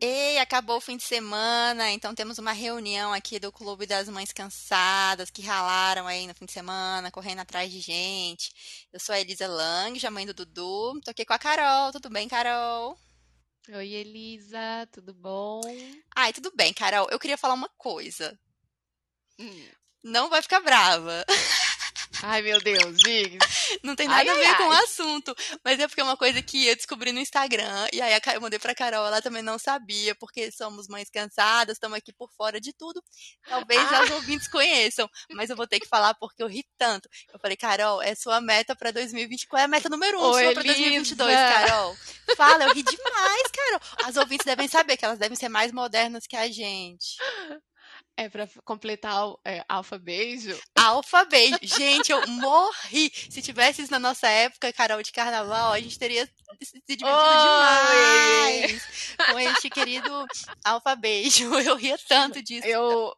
Ei, acabou o fim de semana, então temos uma reunião aqui do Clube das Mães Cansadas que ralaram aí no fim de semana, correndo atrás de gente. Eu sou a Elisa Lang, já mãe do Dudu. Tô aqui com a Carol. Tudo bem, Carol? Oi, Elisa, tudo bom? Ai, tudo bem, Carol. Eu queria falar uma coisa. Hum. Não vai ficar brava. Ai, meu Deus, diga. Não tem Ai, nada a ai, ver com o ai. assunto, mas é porque é uma coisa que eu descobri no Instagram, e aí eu mandei pra Carol, ela também não sabia, porque somos mães cansadas, estamos aqui por fora de tudo. Talvez Ah, as ouvintes conheçam, mas eu vou ter que falar porque eu ri tanto. Eu falei, Carol, é sua meta pra 2020. Qual é a meta número um ô, sua pra 2022, Elisa. Carol? Fala, eu ri demais, Carol. As ouvintes devem saber que elas devem ser mais modernas que a gente. É pra completar o Alfa Beijo? Alphabet. Gente, eu morri. Se tivesse isso na nossa época, Carol, de carnaval, a gente teria se divertido Oi! demais com este querido Alphabet. Eu ria tanto disso. Eu,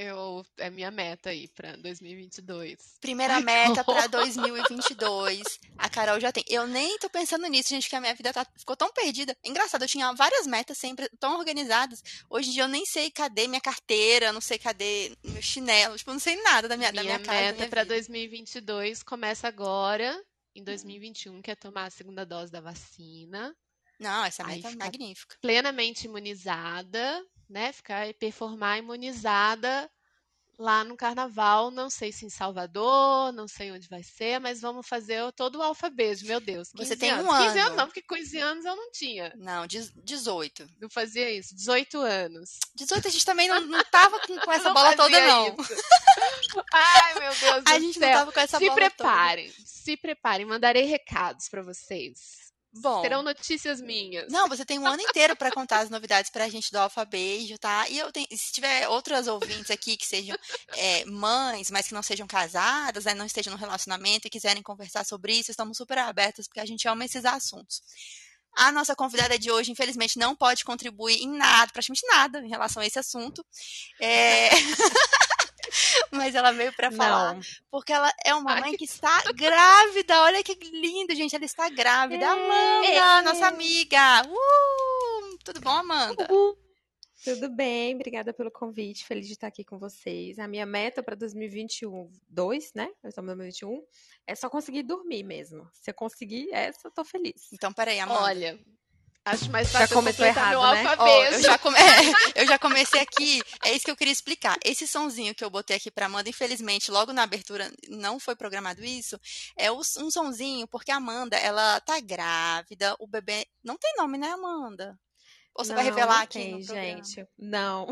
é minha meta aí pra 2022. Primeira Ai, que meta horror. para 2022. A Carol já tem. Eu nem tô pensando nisso, gente, que a minha vida ficou tão perdida. Engraçado, eu tinha várias metas sempre tão organizadas. Hoje em dia eu nem sei cadê minha carteira, não sei cadê meu chinelo, tipo, eu não sei nada da Minha minha casa, da meta minha pra vida. 2022 começa agora, em 2021, que é tomar a segunda dose da vacina. Não, essa Aí meta é ficar magnífica. plenamente imunizada, né? Ficar e performar imunizada lá no carnaval. Não sei se em Salvador, não sei onde vai ser, mas vamos fazer todo o alfabeto. Meu Deus, Você 15 tem um anos. 15 anos não, ano. porque 15 anos eu não tinha. Não, 18. Não fazia isso. 18 anos. 18 a gente também não tava com essa Não bola toda, fazia não. isso. Ai, meu Deus A do gente não céu. tava com essa Se bola toda. preparem, se preparem. Mandarei recados para vocês. Bom, Terão notícias minhas. não, você tem um ano inteiro para contar as novidades pra gente do Alphabeijo, tá? E eu tenho, se tiver outras ouvintes aqui que sejam mães, mas que não sejam casadas, né, não estejam no relacionamento e quiserem conversar sobre isso, estamos super abertas porque a gente ama esses assuntos. A nossa convidada de hoje, infelizmente, não pode contribuir em nada, praticamente nada, em relação a esse assunto. É, mas ela veio para falar Não. porque ela é uma Ai, mãe que... que está grávida. Olha que lindo, gente. Ela está grávida. Amanda, nossa É. amiga. Tudo bom, Amanda? Uhul. Tudo bem? Obrigada pelo convite. Feliz de estar aqui com vocês. A minha meta para 2021, 2, né? Nós estamos em 2021, é só conseguir dormir mesmo. Se eu conseguir essa, eu tô feliz. Então, peraí, Amanda. Olha, acho mais Já fácil eu começou completar meu errado, né? Ó, alfabeto. eu já comecei aqui. É isso que eu queria explicar. Esse sonzinho que eu botei aqui pra Amanda, infelizmente, logo na abertura não foi programado isso. É um sonzinho porque a Amanda, ela tá grávida. O bebê não tem nome, né, Amanda? Ou você vai Não, revelar não aqui no tem, programa? gente. Não.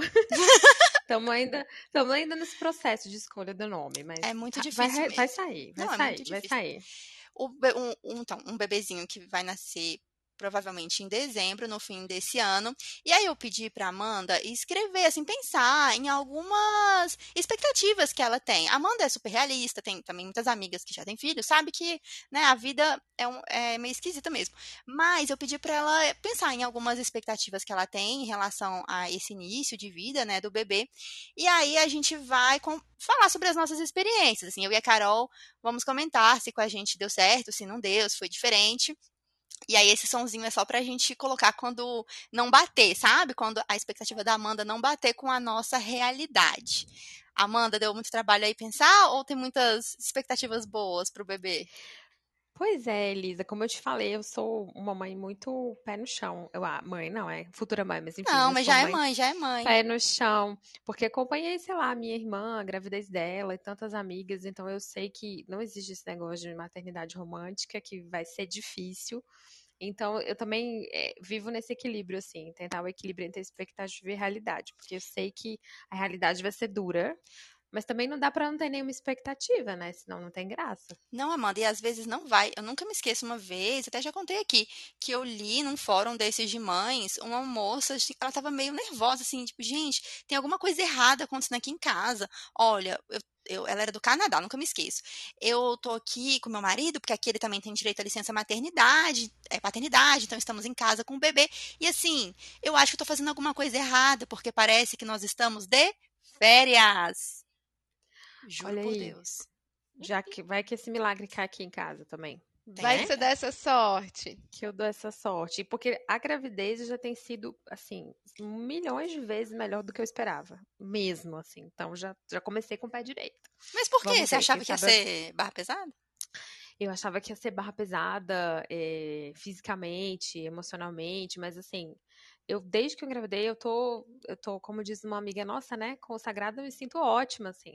Estamos ainda nesse processo de escolha do nome, mas É muito tá, difícil vai mesmo. sair, vai Não, é muito sair, vai difícil. sair. Então, um bebezinho que vai nascer provavelmente em dezembro, no fim desse ano. E aí eu pedi para Amanda escrever, assim, pensar em algumas expectativas que ela tem. A Amanda é super realista, tem também muitas amigas que já têm filhos, sabe que, né, a vida é meio esquisita mesmo. Mas eu pedi para ela pensar em algumas expectativas que ela tem em relação a esse início de vida, né, do bebê. E aí a gente vai falar sobre as nossas experiências. Assim, eu e a Carol vamos comentar se com a gente deu certo, se não deu, se foi diferente. E aí esse sonzinho é só pra gente colocar quando não bater, sabe? Quando a expectativa da Amanda não bater com a nossa realidade. Amanda, deu muito trabalho aí pensar ou tem muitas expectativas boas pro bebê? Pois é, Elisa, como eu te falei, eu sou uma mãe muito pé no chão. Mãe não, é futura mãe, mas enfim, Não, eu mas sou já é mãe mãe, já é mãe. pé no chão, porque acompanhei, sei lá, minha irmã, a gravidez dela e tantas amigas, então eu sei que não existe esse negócio de maternidade romântica, que vai ser difícil. Então eu também vivo nesse equilíbrio, assim, tentar o equilíbrio entre a expectativa e a realidade, porque eu sei que a realidade vai ser dura, mas também não dá pra não ter nenhuma expectativa, né? Senão não tem graça. Não, Amanda, e às vezes não vai. Eu nunca me esqueço uma vez, até já contei aqui, que eu li num fórum desses de mães, uma moça, assim, ela tava meio nervosa, assim, tipo, gente, tem alguma coisa errada acontecendo aqui em casa. Olha, ela era do Canadá, nunca me esqueço. Eu tô aqui com meu marido, porque aqui ele também tem direito à licença maternidade, paternidade, então estamos em casa com o bebê. E assim, eu acho que eu tô fazendo alguma coisa errada, porque parece que nós estamos de férias. Juro Olha por aí, Deus. já que vai que esse milagre cai aqui em casa também. Vai Tem. que você dá essa sorte. Que eu dou essa sorte. E porque a gravidez já tem sido, assim, milhões de vezes melhor do que eu esperava. Mesmo, assim. Então já comecei com o pé direito. Mas por quê? Vamos Você ver, quem achava que ia sabe ser barra pesada? eu achava que ia ser barra pesada, fisicamente, emocionalmente, mas assim, desde que eu engravidei, eu tô, como diz uma amiga nossa, né, consagrada, eu me sinto ótima, assim.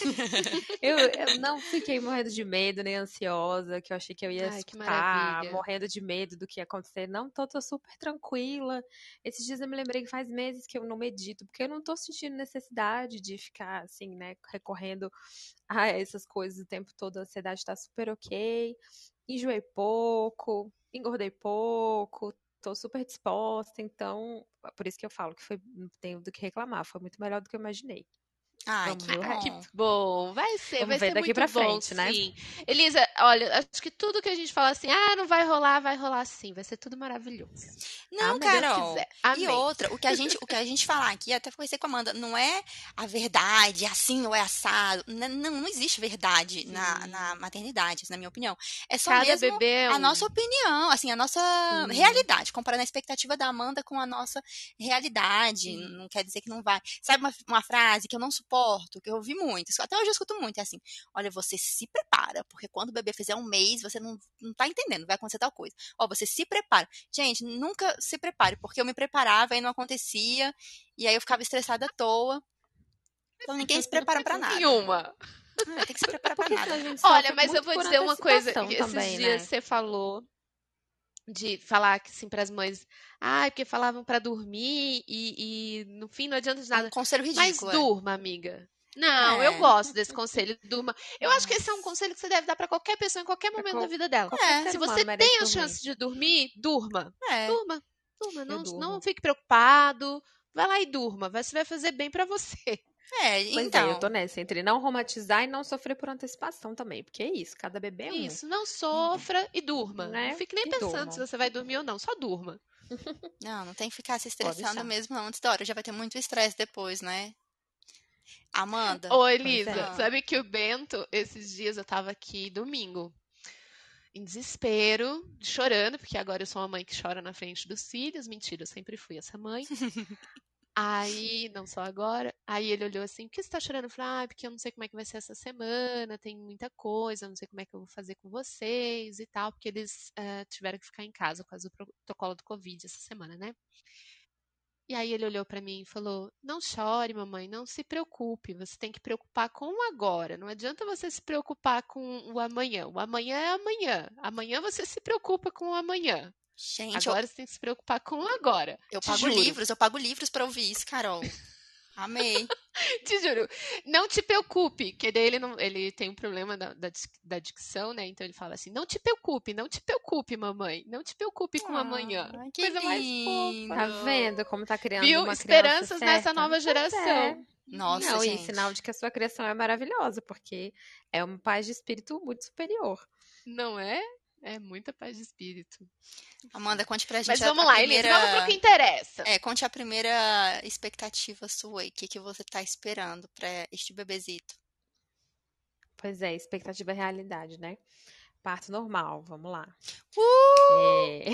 Eu não fiquei morrendo de medo, nem ansiosa, que eu achei que eu ia Ai, que surtar, maravilha. morrendo de medo do que ia acontecer. Não, tô super tranquila. Esses dias eu me lembrei que faz meses que eu não medito, porque eu não tô sentindo necessidade de ficar, assim, né, recorrendo a essas coisas o tempo todo. A ansiedade tá super ok. Enjoei pouco, engordei pouco, tô super disposta. Então, por isso que eu falo que não tenho do que reclamar. Foi muito melhor do que eu imaginei. Ai, Vamos que ver o Ai, que resto. bom. bom. Vamos Vai ver ser daqui muito pra bom, frente, né? sim. Elisa, olha, acho que tudo que a gente fala assim, não vai rolar sim. Vai ser tudo maravilhoso. Não, Se Amém. Deus Carol. quiser. E Amém. outra, o que a gente falar aqui, até conversei com a Amanda, não é a verdade, é assim ou é assado. Não existe verdade na Sim. maternidade, na minha opinião. É só Cada mesmo bebê é a nossa um. opinião, assim, a nossa Sim. realidade, comparando a expectativa da Amanda com a nossa realidade. Sim. Não quer dizer que não vai. Sabe uma frase que eu não suporto, que eu ouvi muito, até hoje eu escuto muito, é assim: olha, você se prepara, porque quando o bebê fizer um mês, você não tá entendendo, vai acontecer tal coisa. Ó, você se prepara. Gente, nunca se prepare, porque eu me preparava e não acontecia, e aí eu ficava estressada à toa. Então ninguém se prepara pra nada. Nenhuma. Tem que se preparar pra Porque senão nada. a gente Olha, sofre mas eu muito vou por dizer uma coisa antecipação que esses também, dias né? você falou de falar que assim para as mães, porque falavam para dormir e no fim não adianta de É um nada. conselho Mas ridículo, é. durma, amiga. Não, eu É. gosto desse conselho, durma. Eu acho que esse é um Nossa. conselho que você deve dar para qualquer pessoa em qualquer Pra momento da vida dela. qualquer É. ser Se humano você merece tem a dormir. chance de dormir, durma. É. Durma. Durma, Eu não durmo. fique preocupado. Vai lá e durma, você vai fazer bem para você. Pois é, eu tô Então. nessa, entre não romantizar e não sofrer por antecipação também, porque é isso, cada bebê é um, Isso, não sofra e durma. Não né? fique nem E pensando se durmam. você vai dormir ou não, só durma. Não tem que ficar se Pode estressando deixar. mesmo, não. Antes da hora já vai ter muito estresse depois, né? Amanda. Ô, Pois Elisa, é. Ah, sabe que o Bento, esses dias eu tava aqui domingo, em desespero, chorando, porque agora eu sou uma mãe que chora na frente dos filhos. Mentira, eu sempre fui essa mãe. Aí, não só agora, aí ele olhou assim, por que você tá chorando? Eu falei, porque eu não sei como é que vai ser essa semana, tem muita coisa, não sei como é que eu vou fazer com vocês e tal, porque eles tiveram que ficar em casa por causa do protocolo do Covid essa semana, né? E aí ele olhou pra mim e falou: "Não chore, mamãe, não se preocupe. Você tem que preocupar com o agora. Não adianta você se preocupar com o amanhã. O amanhã é amanhã. Amanhã você se preocupa com o amanhã. gente, eu, Agora você tem que se preocupar com o agora. eu Te pago juro, livros, eu pago livros pra ouvir isso, Carol. Amei. te juro. Não te preocupe, que daí ele não, ele tem um problema da dicção, né? Então ele fala assim: não te preocupe, não te preocupe, mamãe. Não te preocupe com o amanhã. Ai, que Coisa mais fofa. Tá lindo. vendo como tá criando Viu? uma criança Esperanças nessa certa? nova Pois é. geração. Nossa, Não, e sinal gente. de que a sua criação é maravilhosa, porque é uma paz de espírito muito superior. Não é? É muita paz de espírito. Amanda, Enfim. conte pra gente Mas a vamos lá, Elise, primeira. vamos pro que interessa. Conte a primeira expectativa sua aí. O que que você tá esperando pra este bebezito? Pois é, expectativa é realidade, né? Parto normal, vamos lá. Uh! É...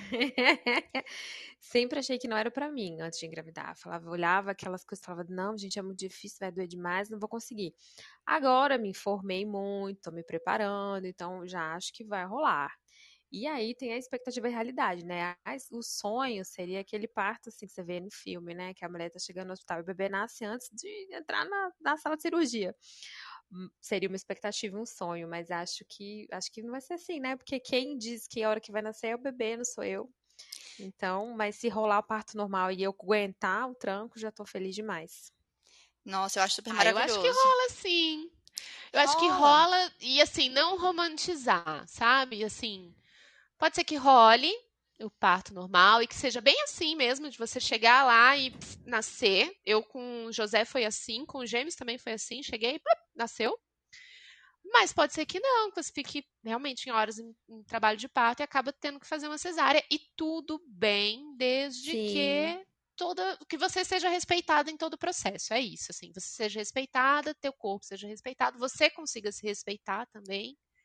Sempre achei que não era pra mim antes de engravidar. Falava, olhava aquelas coisas, falava, não, gente, é muito difícil, vai doer demais, não vou conseguir. Agora me informei muito, tô me preparando, então já acho que vai rolar. E aí tem a expectativa e a realidade, né? O sonho seria aquele parto assim que você vê no filme, né? Que a mulher tá chegando no hospital e o bebê nasce antes de entrar na sala de cirurgia. Seria uma expectativa, um sonho, mas acho que não vai ser assim, né? Porque quem diz que a hora que vai nascer é o bebê, não sou eu. Então, mas se rolar o parto normal e eu aguentar o tranco, já tô feliz demais. Nossa, eu acho super Eu acho que maravilhoso. rola sim. Eu acho que Rola. rola e assim, não romantizar, sabe? Assim, pode ser que role o parto normal e que seja bem assim mesmo, de você chegar lá e nascer. Eu com o José foi assim, com os gêmeos também foi assim, cheguei, nasceu. Mas pode ser que não, que você fique realmente em horas em trabalho de parto e acaba tendo que fazer uma cesárea. E tudo bem, desde Sim, que você seja respeitada em todo o processo. É isso, assim, você seja respeitada, teu corpo seja respeitado, você consiga se respeitar também.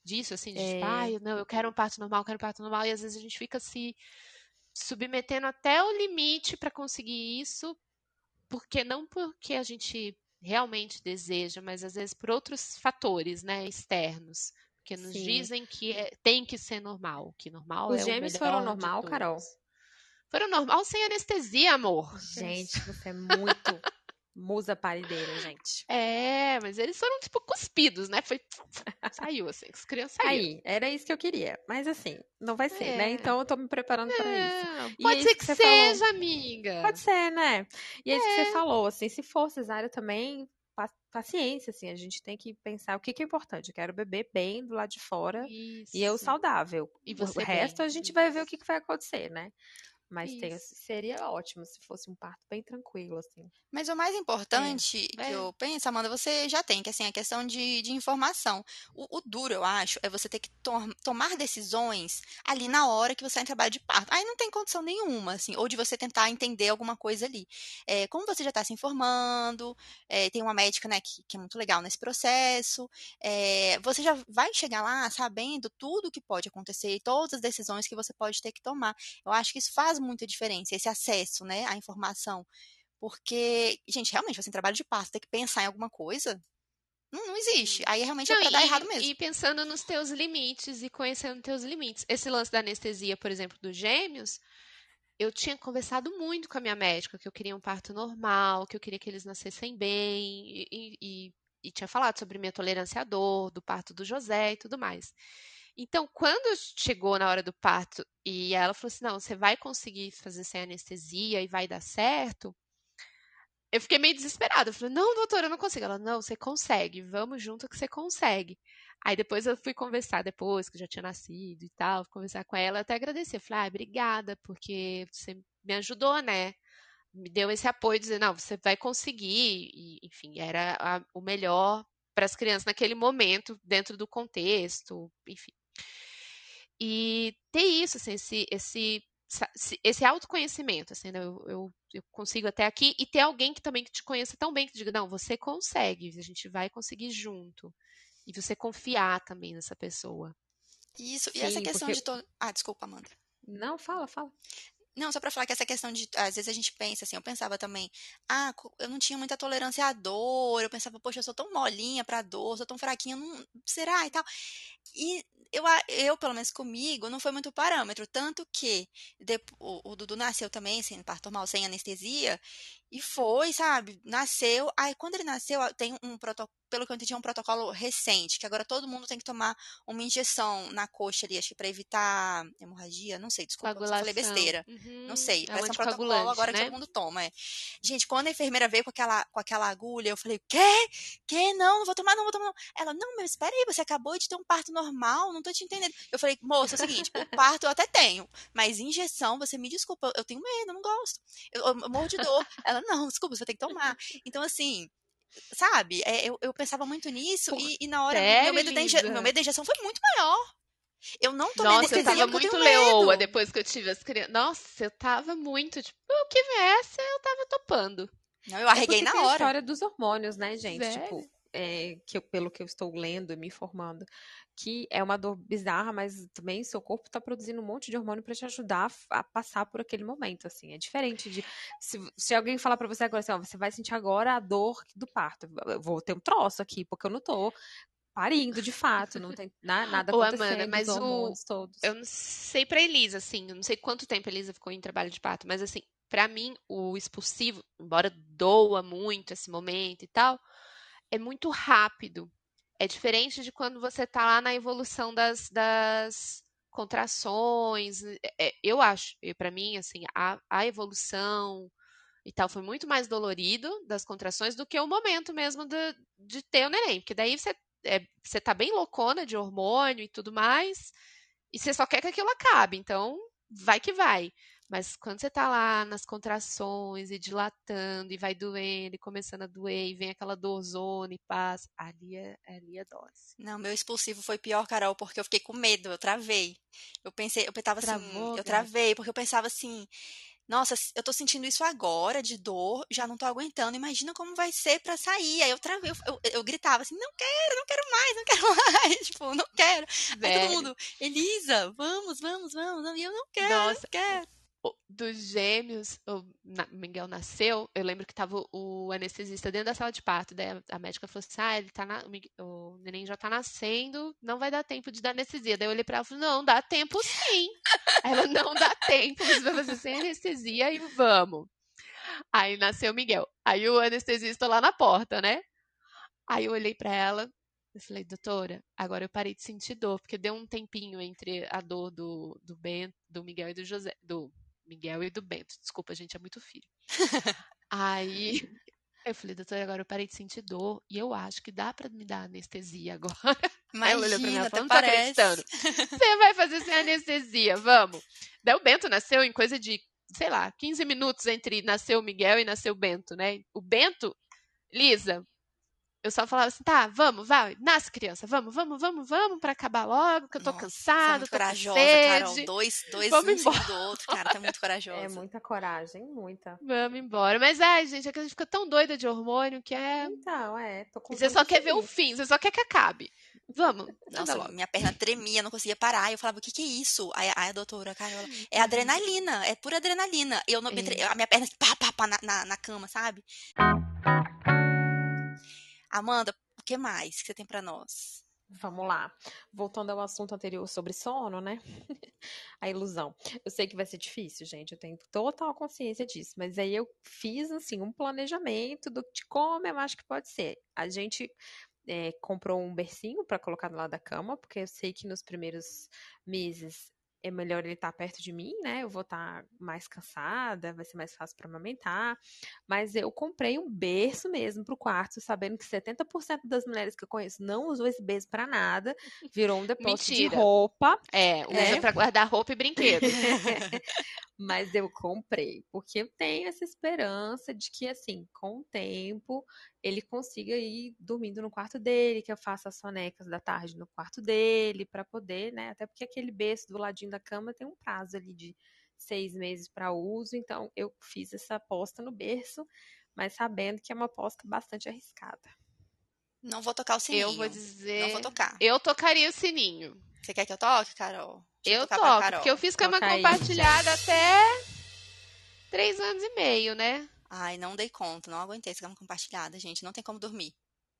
disso, assim, de tipo, É, ai, não, eu quero um parto normal, eu quero um parto normal, e às vezes a gente fica se submetendo até o limite para conseguir isso, porque não porque a gente realmente deseja, mas às vezes por outros fatores, né, externos, porque nos sim. dizem que tem que ser normal, que normal Os é o gêmeos foram melhor de normal, Carol? todos. Foram normal sem anestesia, amor. Gente, você é muito musa parideira, gente. É, mas eles foram tipo cuspidos, né? Foi saiu assim, as crianças saíram. Aí, era isso que eu queria. Mas assim, não vai ser, né? É. Então eu tô me preparando pra isso. Não, E é pode ser isso que que você falou. seja, Pode amiga. ser, né? E é isso que você É, falou, assim, se for cesárea também, paciência, assim, a gente tem que pensar o que que é importante. Eu quero beber bem do lado de fora e eu isso. saudável. E O você resto bem. a gente vai ver o Isso. que que vai acontecer, né? Mas Isso. seria ótimo se fosse um parto bem tranquilo, assim. Mas o mais É. importante que É. eu penso, Amanda, você já tem, que assim, a questão de informação. O duro, eu acho, é você ter que tomar decisões ali na hora que você está em trabalho de parto. Aí não tem condição nenhuma, assim, ou de você tentar entender alguma coisa ali. Como você já está se informando, tem uma médica, né, que é muito legal nesse processo, você já vai chegar lá sabendo tudo o que pode acontecer e todas as decisões que você pode ter que tomar. Eu acho que isso faz muita diferença, esse acesso, né, à informação. Porque, gente, realmente, você em trabalho de parto, ter que pensar em alguma coisa, não existe. Sim. Aí realmente é Não, pra dar errado e mesmo. pensando nos teus limites e conhecendo teus limites. Esse lance da anestesia, por exemplo, dos gêmeos, eu tinha conversado muito com a minha médica que eu queria um parto normal, que eu queria que eles nascessem bem, e tinha falado sobre minha tolerância à dor, do parto do José e tudo mais. Então, quando chegou na hora do parto e ela falou assim: não, você vai conseguir fazer sem anestesia e vai dar certo, eu fiquei meio desesperada. Eu falei, não, doutora, eu não consigo. Ela, não, você consegue, vamos junto que você consegue. Aí depois eu fui conversar, depois que eu já tinha nascido e tal, fui conversar com ela, até agradecer. Eu falei, obrigada, porque você me ajudou, né? Me deu esse apoio, dizer, não, você vai conseguir. E, enfim, era o melhor para as crianças naquele momento, dentro do contexto, enfim. E ter isso, assim, esse autoconhecimento, assim, né? Eu consigo até aqui, e ter alguém que também que te conheça tão bem que diga, não, você consegue, a gente vai conseguir junto. E você confiar também nessa pessoa. Isso, e essa Sim, questão porque. de... Ah, desculpa, Amanda. Não, fala, fala. Não, só pra falar que essa questão de, às vezes a gente pensa assim, eu pensava também, ah, eu não tinha muita tolerância à dor, eu pensava, poxa, eu sou tão molinha pra dor, sou tão fraquinha, não, será e tal. E eu, pelo menos comigo, não foi muito parâmetro, tanto que o Dudu nasceu também, sem parto normal, sem anestesia, e foi, sabe, nasceu, aí quando ele nasceu, tem um protocolo, pelo que eu entendi, é um protocolo recente, que agora todo mundo tem que tomar uma injeção na coxa ali, acho que pra evitar hemorragia, não sei, desculpa se eu falei Coagulação. besteira. Não Uhum. sei, É um vai ser um protocolo anticoagulante, agora que todo né? mundo toma. Gente, quando a enfermeira veio com aquela agulha, eu falei, quê? Quê? Não, não vou tomar, não vou tomar, não. Ela, não, mas espera aí, você acabou de ter um parto normal, não tô te entendendo. Eu falei, moça, é o seguinte, o parto eu até tenho, mas injeção, você me desculpa, eu tenho medo, eu não gosto. Eu morro de dor. Ela, não, desculpa, você vai ter que tomar. Então, assim, sabe, eu pensava muito nisso Por... e na hora, Sério, meu medo Elisa? da injeção foi muito maior. Eu não tomei Nossa, eu anestesia tava porque eu muito tenho leoa medo. depois que eu tive as crianças. Nossa, eu tava muito, tipo, o que viesse, eu tava topando. Não, eu É arreguei porque tem na a hora. história dos hormônios, né, gente? Tipo, Velho. pelo que eu estou lendo e me informando, que é uma dor bizarra, mas também seu corpo está produzindo um monte de hormônio para te ajudar a passar por aquele momento, assim. É diferente de se alguém falar para você agora assim, ó, você vai sentir agora a dor do parto. Eu vou ter um troço aqui, porque eu não tô parindo de fato, não tem nada Ô, Amanda, acontecendo, os mas hormônios todos. eu não sei pra Elisa, assim, eu não sei quanto tempo a Elisa ficou em trabalho de parto, mas assim, pra mim, o expulsivo, embora doa muito esse momento e tal, é muito rápido. É diferente de quando você tá lá na evolução das contrações. Eu acho, pra mim, assim, a evolução e tal foi muito mais dolorido das contrações do que o momento mesmo de ter o neném. Porque daí você tá bem loucona de hormônio e tudo mais, e você só quer que aquilo acabe. Então, vai que vai. Mas quando você tá lá nas contrações e dilatando, e vai doendo, e começando a doer, e vem aquela dorzona e passa, ali é dose. Não, meu expulsivo foi pior, Carol, porque eu fiquei com medo, eu travei. Eu pensei, eu tava assim, Travou, eu gata? travei, porque eu pensava assim, nossa, eu tô sentindo isso agora de dor, já não tô aguentando, imagina como vai ser pra sair. Aí eu travei, eu gritava assim, não quero mais, não quero mais, tipo, não quero. Aí todo Sério. mundo, Elisa, vamos, e eu não quero, não Nossa, quero. dos gêmeos, o Miguel nasceu, eu lembro que tava o anestesista dentro da sala de parto, daí a médica falou assim, ele tá o neném já tá nascendo, não vai dar tempo de dar anestesia. Daí eu olhei pra ela e falei, não, dá tempo sim. Aí ela, não dá tempo, você vai fazer sem anestesia e vamos. Aí nasceu o Miguel. Aí o anestesista lá na porta, né? Aí eu olhei pra ela, eu falei, doutora, agora eu parei de sentir dor, porque deu um tempinho entre a dor do Bento, do Miguel e do José, do Miguel e do Bento. Desculpa, gente, é muito filho. Aí eu falei, doutora, agora eu parei de sentir dor e eu acho que dá pra me dar anestesia agora. Aí ela olhou pra mim e Imagina, até falou, não tô acreditando. parece. Você vai fazer sem anestesia, vamos. Daí o Bento nasceu em coisa de, sei lá, 15 minutos entre nasceu o Miguel e nasceu o Bento, né? O Bento, Lisa, eu só falava assim, tá, vamos, vai, nasce criança, vamos, pra acabar logo, que eu tô Nossa, você é cansada, muito tô com corajosa, Carol. sede, Dois, vamos um em cima embora, do outro, cara, tá muito É corajosa. muita coragem, muita. vamos embora. Mas, ai, gente, é que a gente fica tão doida de hormônio que é... Então, tô Você contando só pra quer ver o seguir. fim, você só quer que acabe. Vamos, anda Nossa, logo. minha perna tremia, não conseguia parar. Eu falava, o que que é isso? Aí a doutora Carola, é adrenalina, é pura adrenalina. Eu não, É. a minha perna assim, pá, na cama, sabe? Amanda, o que mais que você tem pra nós? Vamos lá. Voltando ao assunto anterior sobre sono, né? A ilusão. Eu sei que vai ser difícil, gente. Eu tenho total consciência disso. Mas aí eu fiz, assim, um planejamento de como eu acho que pode ser. A gente comprou um bercinho para colocar do lado da cama, porque eu sei que nos primeiros meses é melhor ele estar perto de mim, né? Eu vou estar mais cansada, vai ser mais fácil para amamentar. Mas eu comprei um berço mesmo pro quarto, sabendo que 70% das mulheres que eu conheço não usou esse berço para nada, virou um depósito de Mentira. roupa, Usa né? pra guardar roupa e brinquedo. Mas eu comprei, porque eu tenho essa esperança de que, assim, com o tempo, ele consiga ir dormindo no quarto dele, que eu faça as sonecas da tarde no quarto dele, para poder, né? Até porque aquele berço do ladinho da cama tem um prazo ali de 6 meses para uso, então eu fiz essa aposta no berço, mas sabendo que é uma aposta bastante arriscada. Não vou tocar o Eu vou sininho. Não vou dizer. tocar. Eu tocaria o sininho. Você quer que eu toque, Carol? Deixa eu Eu tocar pra toco, porque eu Carol. fiz cama Toca aí, compartilhada gente. até 3 anos e meio, né? Ai, não dei conta, não aguentei essa cama compartilhada, gente. Não tem como dormir.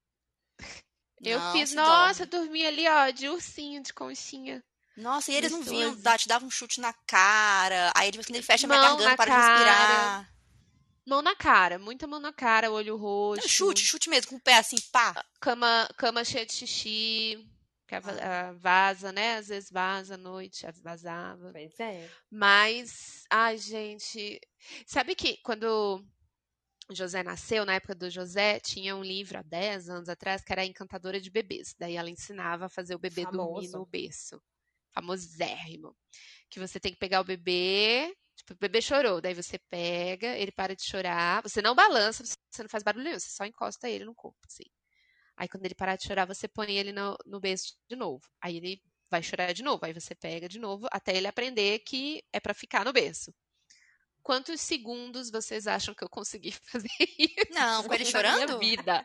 Eu Não fiz, se nossa, eu dorme. dormi ali, ó, de ursinho, de conchinha. Nossa, e eles não vinham, Gostoso. te davam um chute na cara. Aí depois quando ele fecha minha Mão garganta, na para de cara. respirar. Mão na cara, muita mão na cara, olho Não, roxo, chute mesmo, com o pé assim, pá. cama cheia de xixi, que Ai, vaza, né? Às vezes vaza à noite, vazava. Pois é. Mas, ai, gente, sabe que quando o José nasceu, na época do José, tinha um livro há 10 anos atrás que era a Encantadora de Bebês. Daí ela ensinava a fazer o bebê dormir no Famoso. berço. Famosérrimo. Que você tem que pegar o bebê. Tipo, o bebê chorou, daí você pega, ele para de chorar. Você não balança, você não faz barulho nenhum, você só encosta ele no corpo, assim. Aí quando ele parar de chorar, você põe ele no berço de novo. Aí ele vai chorar de novo. Aí você pega de novo até ele aprender que é pra ficar no berço. Quantos segundos vocês acham que eu consegui fazer não, com ele isso na minha chorando? vida?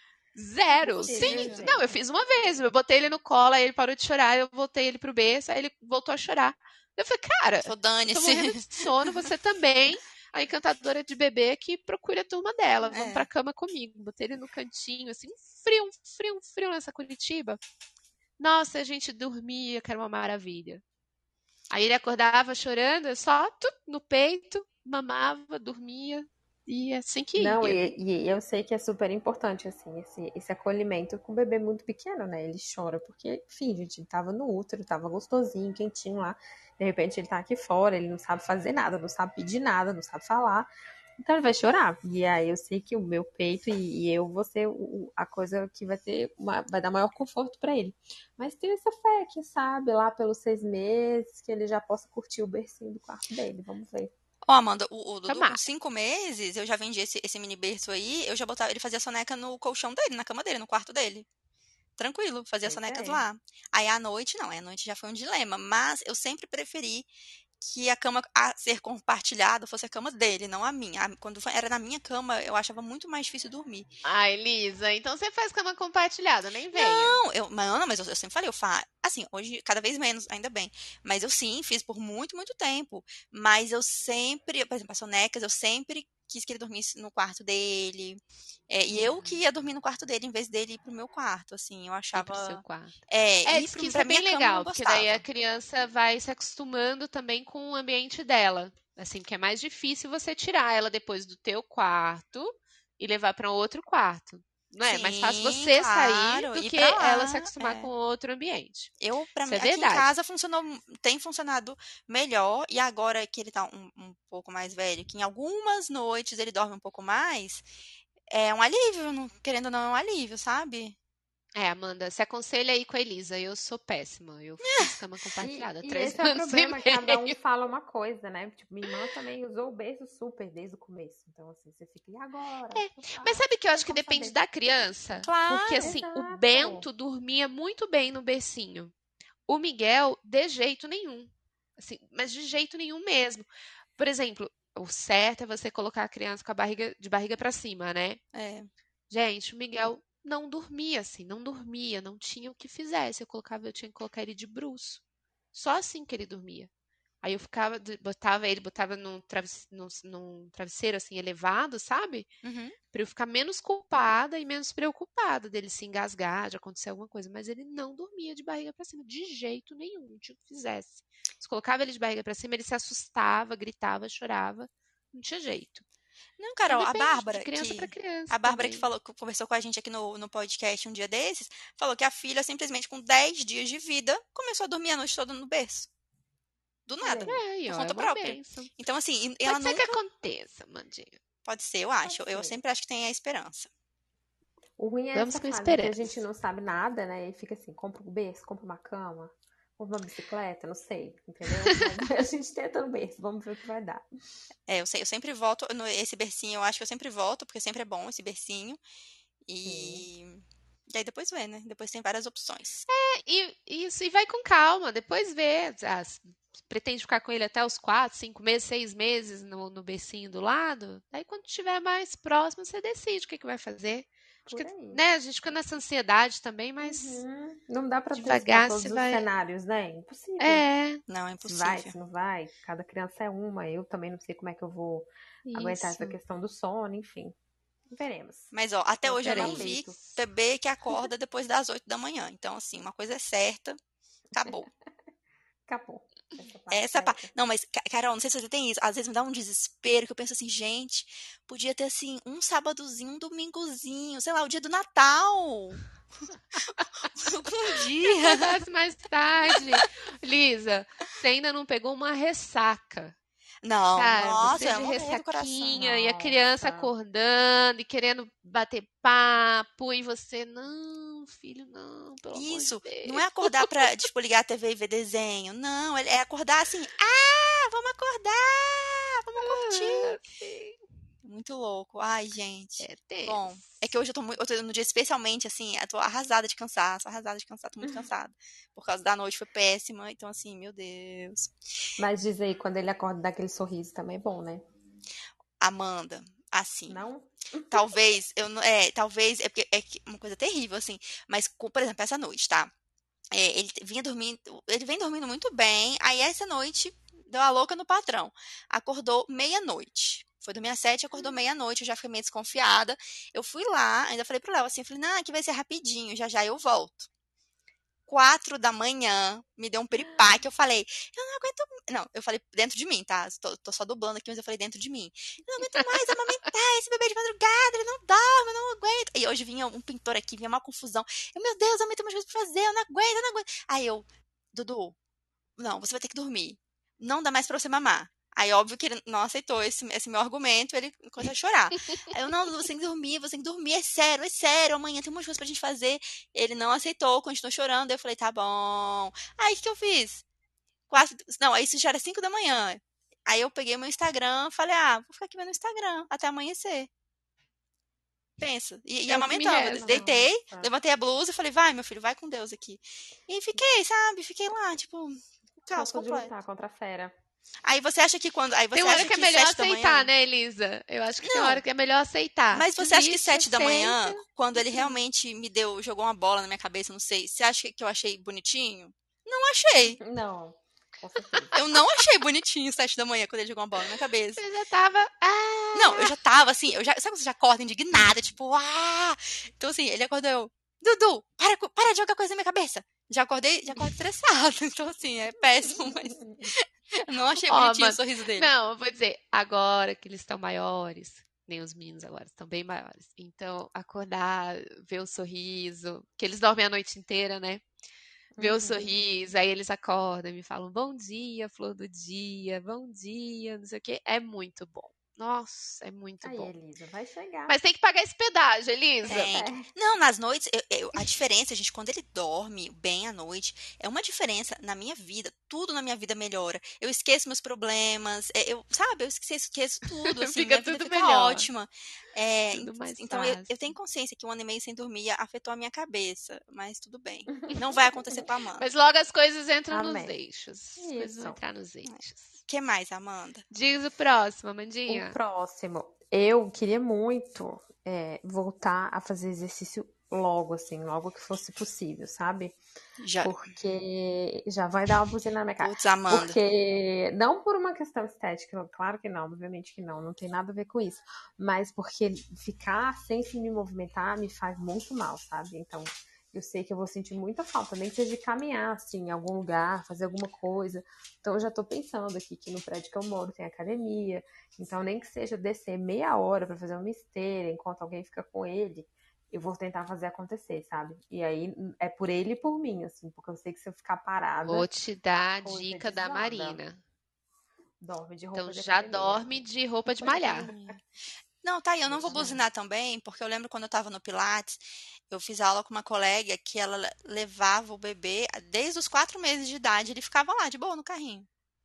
Zero. Impossível, Sim. Não, eu gente. fiz uma vez. Eu botei ele no colo, aí ele parou de chorar, eu voltei ele pro berço, aí ele voltou a chorar. Eu falei, cara, Falou, eu tô dane-se. morrendo de sono, você também. A encantadora de bebê que procure a turma dela. Vamos pra É. cama comigo. Botei ele no cantinho, assim, um frio nessa Curitiba. Nossa, a gente dormia, que era uma maravilha. Aí ele acordava chorando, eu só no peito, mamava, dormia, e assim que Não, ia. e eu sei que é super importante, assim, esse acolhimento com o bebê muito pequeno, né? Ele chora, porque, enfim, gente, ele tava no útero, tava gostosinho, quentinho lá. De repente ele tá aqui fora, ele não sabe fazer nada, não sabe pedir nada, não sabe falar. Então ele vai chorar. E aí eu sei que o meu peito e eu vou ser a coisa que vai dar maior conforto pra ele. Mas tem essa fé, que sabe, lá pelos 6 meses, que ele já possa curtir o bercinho do quarto dele. Vamos ver. Ó, Amanda, o Dudu com Tomara. 5 meses, eu já vendi esse mini berço aí, eu já botava, ele fazia soneca no colchão dele, na cama dele, no quarto dele. Tranquilo, fazia Pois sonecas é. lá. Aí à noite, não, aí à noite já foi um dilema, mas eu sempre preferi que a cama a ser compartilhada fosse a cama dele, não a minha. Quando era na minha cama, eu achava muito mais difícil dormir. Ai, Lisa, então você faz cama compartilhada, nem venha. Não, mas eu sempre falei, assim, hoje cada vez menos, ainda bem. Mas eu sim, fiz por muito, muito tempo. Mas eu sempre, por exemplo, as sonecas, eu sempre quis que ele dormisse no quarto dele. E eu que ia dormir no quarto dele, em vez dele ir pro meu quarto, assim, eu Ir pro seu achava. quarto. Ir Diz que isso pra é bem minha cama eu não legal, porque daí a gostava. criança vai se acostumando também com o ambiente dela. Assim, porque é mais difícil você tirar ela depois do teu quarto e levar para outro quarto. Não é? É mais fácil Sim, você sair claro, do ir que pra ela se lá. acostumar com outro ambiente. Pra Isso mim, é aqui em verdade. casa tem funcionado melhor, e agora que ele tá um pouco mais velho, que em algumas noites ele dorme um pouco mais, é um alívio, querendo ou não, é um alívio, sabe? Amanda, se aconselha aí com a Elisa. Eu sou péssima. Eu fiz cama compartilhada há E três esse é o anos e problema, cada um meio. fala uma coisa, né? Tipo, minha irmã também usou o berço super desde o começo. Então, assim, você fica, e agora? É, Não mas faço, sabe que eu não tem acho que como depende saber. da criança? Porque Claro. assim, o Exato. Bento dormia muito bem no bercinho. O Miguel, de jeito nenhum. Assim, mas de jeito nenhum mesmo. Por exemplo, o certo é você colocar a criança com a barriga de barriga para cima, né? É. Gente, o Miguel não dormia assim, não dormia, não tinha o que fizesse. Eu tinha que colocar ele de bruço. Só assim que ele dormia. Aí eu botava num travesseiro assim elevado, sabe? Uhum. Pra eu ficar menos culpada e menos preocupada dele se engasgar, de acontecer alguma coisa. Mas ele não dormia de barriga pra cima, de jeito nenhum, não tinha o que fizesse. Se colocava ele de barriga pra cima, ele se assustava, gritava, chorava. Não tinha jeito. Não, Então Carol, depende de criança pra A criança Bárbara também. que conversou com a gente aqui no podcast um dia desses, falou que a filha, simplesmente com 10 dias de vida, começou a dormir a noite toda no berço. Do Olha nada. aí. Aí, Por ó, é conta uma própria. bênção. Então, assim, ela Pode ser que nunca. aconteça, Mandinha. Pode ser, eu Pode acho. Eu ser. sempre acho que tem a esperança. O ruim é Vamos essa com fase que a gente esperança. não sabe nada, né? E fica assim, compra um berço, compra uma cama, compra uma bicicleta, não sei, entendeu? Mas a gente tenta no berço, vamos ver o que vai dar. Eu sempre volto. Esse bercinho, eu acho que eu sempre volto, porque sempre é bom esse bercinho. Sim. E aí depois vê, né? Depois tem várias opções. E vai com calma, depois vê. Pretende ficar com ele até os 4, 5 meses, 6 meses no bercinho do lado. Daí, quando estiver mais próximo, você decide o que vai fazer. Acho Por que, aí. né, a gente fica nessa ansiedade também, mas Uhum. Não dá pra antecipar devagar se todos os vai. cenários, né? Impossível. É, Não, é Se vai, impossível. se não vai. Cada criança é uma. Eu também não sei como é que eu vou aguentar essa isso. questão do sono, enfim. Veremos. Mas, ó, até Vamos hoje eu ficar não vi Veremos. bebê que acorda depois das 8 da manhã. Então, assim, uma coisa é certa, acabou. Acabou. Essa parte Essa certa. parte. Não, mas, Carol, não sei se você tem isso. Às vezes me dá um desespero que eu penso assim, gente, podia ter assim, um sábadozinho, um domingozinho, sei lá, o dia do Natal. Um Que dia. acordasse mais tarde. Lisa, você ainda não pegou uma ressaca. Não, Sabe, nossa, você eu ia de morrer do coração. ressaquinha e a criança Nossa. acordando e querendo bater papo e você, não, filho, não, pelo amor de Isso, não Deus. é acordar pra, tipo, ligar a TV e ver desenho. Não, é acordar assim, vamos acordar, vamos Ah, curtir. sim, Muito louco. Ai, gente. é Bom, é que tenso. hoje eu tô no dia especialmente, assim, eu tô arrasada de cansaço, tô muito cansada. Por causa da noite foi péssima, então assim, meu Deus. Mas diz aí, quando ele acorda daquele sorriso também é bom, né? Amanda, assim, Não? talvez, eu não, talvez, uma coisa terrível, assim, mas, por exemplo, essa noite, tá? Ele vem dormindo muito bem, aí essa noite deu a louca no patrão. Acordou meia-noite. Foi dormir às 7, acordou meia-noite, eu já fiquei meio desconfiada. Eu fui lá, ainda falei pro Léo assim, eu falei, não, aqui vai ser rapidinho, já já eu volto. 4 da manhã, me deu um piripaque, eu falei, eu não aguento, não, eu falei dentro de mim, tá? Tô só dublando aqui, mas eu falei dentro de mim. Eu não aguento mais amamentar esse bebê de madrugada, ele não dorme, eu não aguento. E hoje vinha um pintor aqui, vinha uma confusão. Meu Deus, eu tenho umas coisas pra fazer, eu não aguento. Aí eu, Dudu, não, você vai ter que dormir. Não dá mais pra você mamar. Aí, óbvio que ele não aceitou esse meu argumento, ele começou a chorar. Aí eu, não, Dudu, você tem que dormir, é sério, amanhã tem umas coisas pra gente fazer. Ele não aceitou, continuou chorando, aí eu falei, tá bom. Aí, o que eu fiz? Não, aí isso já era 5 da manhã. Aí eu peguei meu Instagram, falei, vou ficar aqui vendo o Instagram até amanhecer. Pensa. E É o que me amamentando. resta. Deitei, Nossa. levantei a blusa e falei, vai, meu filho, vai com Deus aqui. E fiquei, sabe? Fiquei lá, tipo, caos Cansou de completo. lutar contra a fera. Aí você acha que quando. Aí Tem você uma hora acha que é que melhor 7 da manhã. aceitar, né, Elisa? Eu acho que tem uma hora Não, que é melhor aceitar. mas Se você acha que existe, 7 da manhã, aceita. quando ele realmente jogou uma bola na minha cabeça, não sei, você acha que eu achei bonitinho? Não achei. Não, com certeza. Eu não achei bonitinho 7 da manhã quando ele jogou uma bola na minha cabeça. Você já tava. Não, eu Ah! já tava assim, sabe quando você já acorda indignada, tipo, ah! Então assim, ele acordou eu, Dudu, para de jogar coisa na minha cabeça. Já acordo estressado. Então assim, é péssimo, mas eu não achei Ó, bonitinho o mano. sorriso dele. Não, eu vou dizer, agora que eles estão maiores, nem os meninos agora estão bem maiores. Então, acordar, ver o sorriso, que eles dormem a noite inteira, né? Ver o Uhum. sorriso, aí eles acordam e me falam bom dia, flor do dia, bom dia, não sei o quê. É muito bom. Nossa, é muito Aí, bom. Elisa, vai chegar. Mas tem que pagar esse pedágio, Elisa. Tem. É. Não, nas noites, a diferença, gente, quando ele dorme bem à noite, é uma diferença na minha vida. Tudo na minha vida melhora. Eu esqueço meus problemas, sabe, esqueço tudo, assim, Fica minha vida tudo fica melhor, ótima. É, tudo mais então, eu tenho fácil. consciência que 1 ano e meio sem dormir afetou a minha cabeça, mas tudo bem. Não vai acontecer com a Amanda. Mas logo as coisas entram nos Amém. eixos. As coisas vão Isso. entrar nos O eixos. que mais, Amanda? Diz o próximo, O Amandinha. próximo, eu queria muito voltar a fazer exercício logo, assim, logo que fosse possível, sabe? Já. Porque já vai dar uma buzina na minha cara. Putz, Amanda. Porque, não por uma questão estética, claro que não, obviamente que não tem nada a ver com isso. Mas porque ficar sem se me movimentar me faz muito mal, sabe? Então, eu sei que eu vou sentir muita falta, nem que seja de caminhar, assim, em algum lugar, fazer alguma coisa. Então, eu já tô pensando aqui que no prédio que eu moro tem academia. Então, nem que seja descer meia hora pra fazer uma esteira enquanto alguém fica com ele, eu vou tentar fazer acontecer, sabe? E aí é por ele e por mim, assim, porque eu sei que se eu ficar Vou parada, te dar a a coisa dica da desanda. Marina. Dorme de Então roupa de já academia. dorme de roupa de Roupa de malhar. academia. Não, tá aí, eu não vou Deixar. buzinar também, porque eu lembro quando eu tava no Pilates, eu fiz aula com uma colega que ela levava o bebê desde os 4 meses de idade, ele ficava lá de boa no carrinho.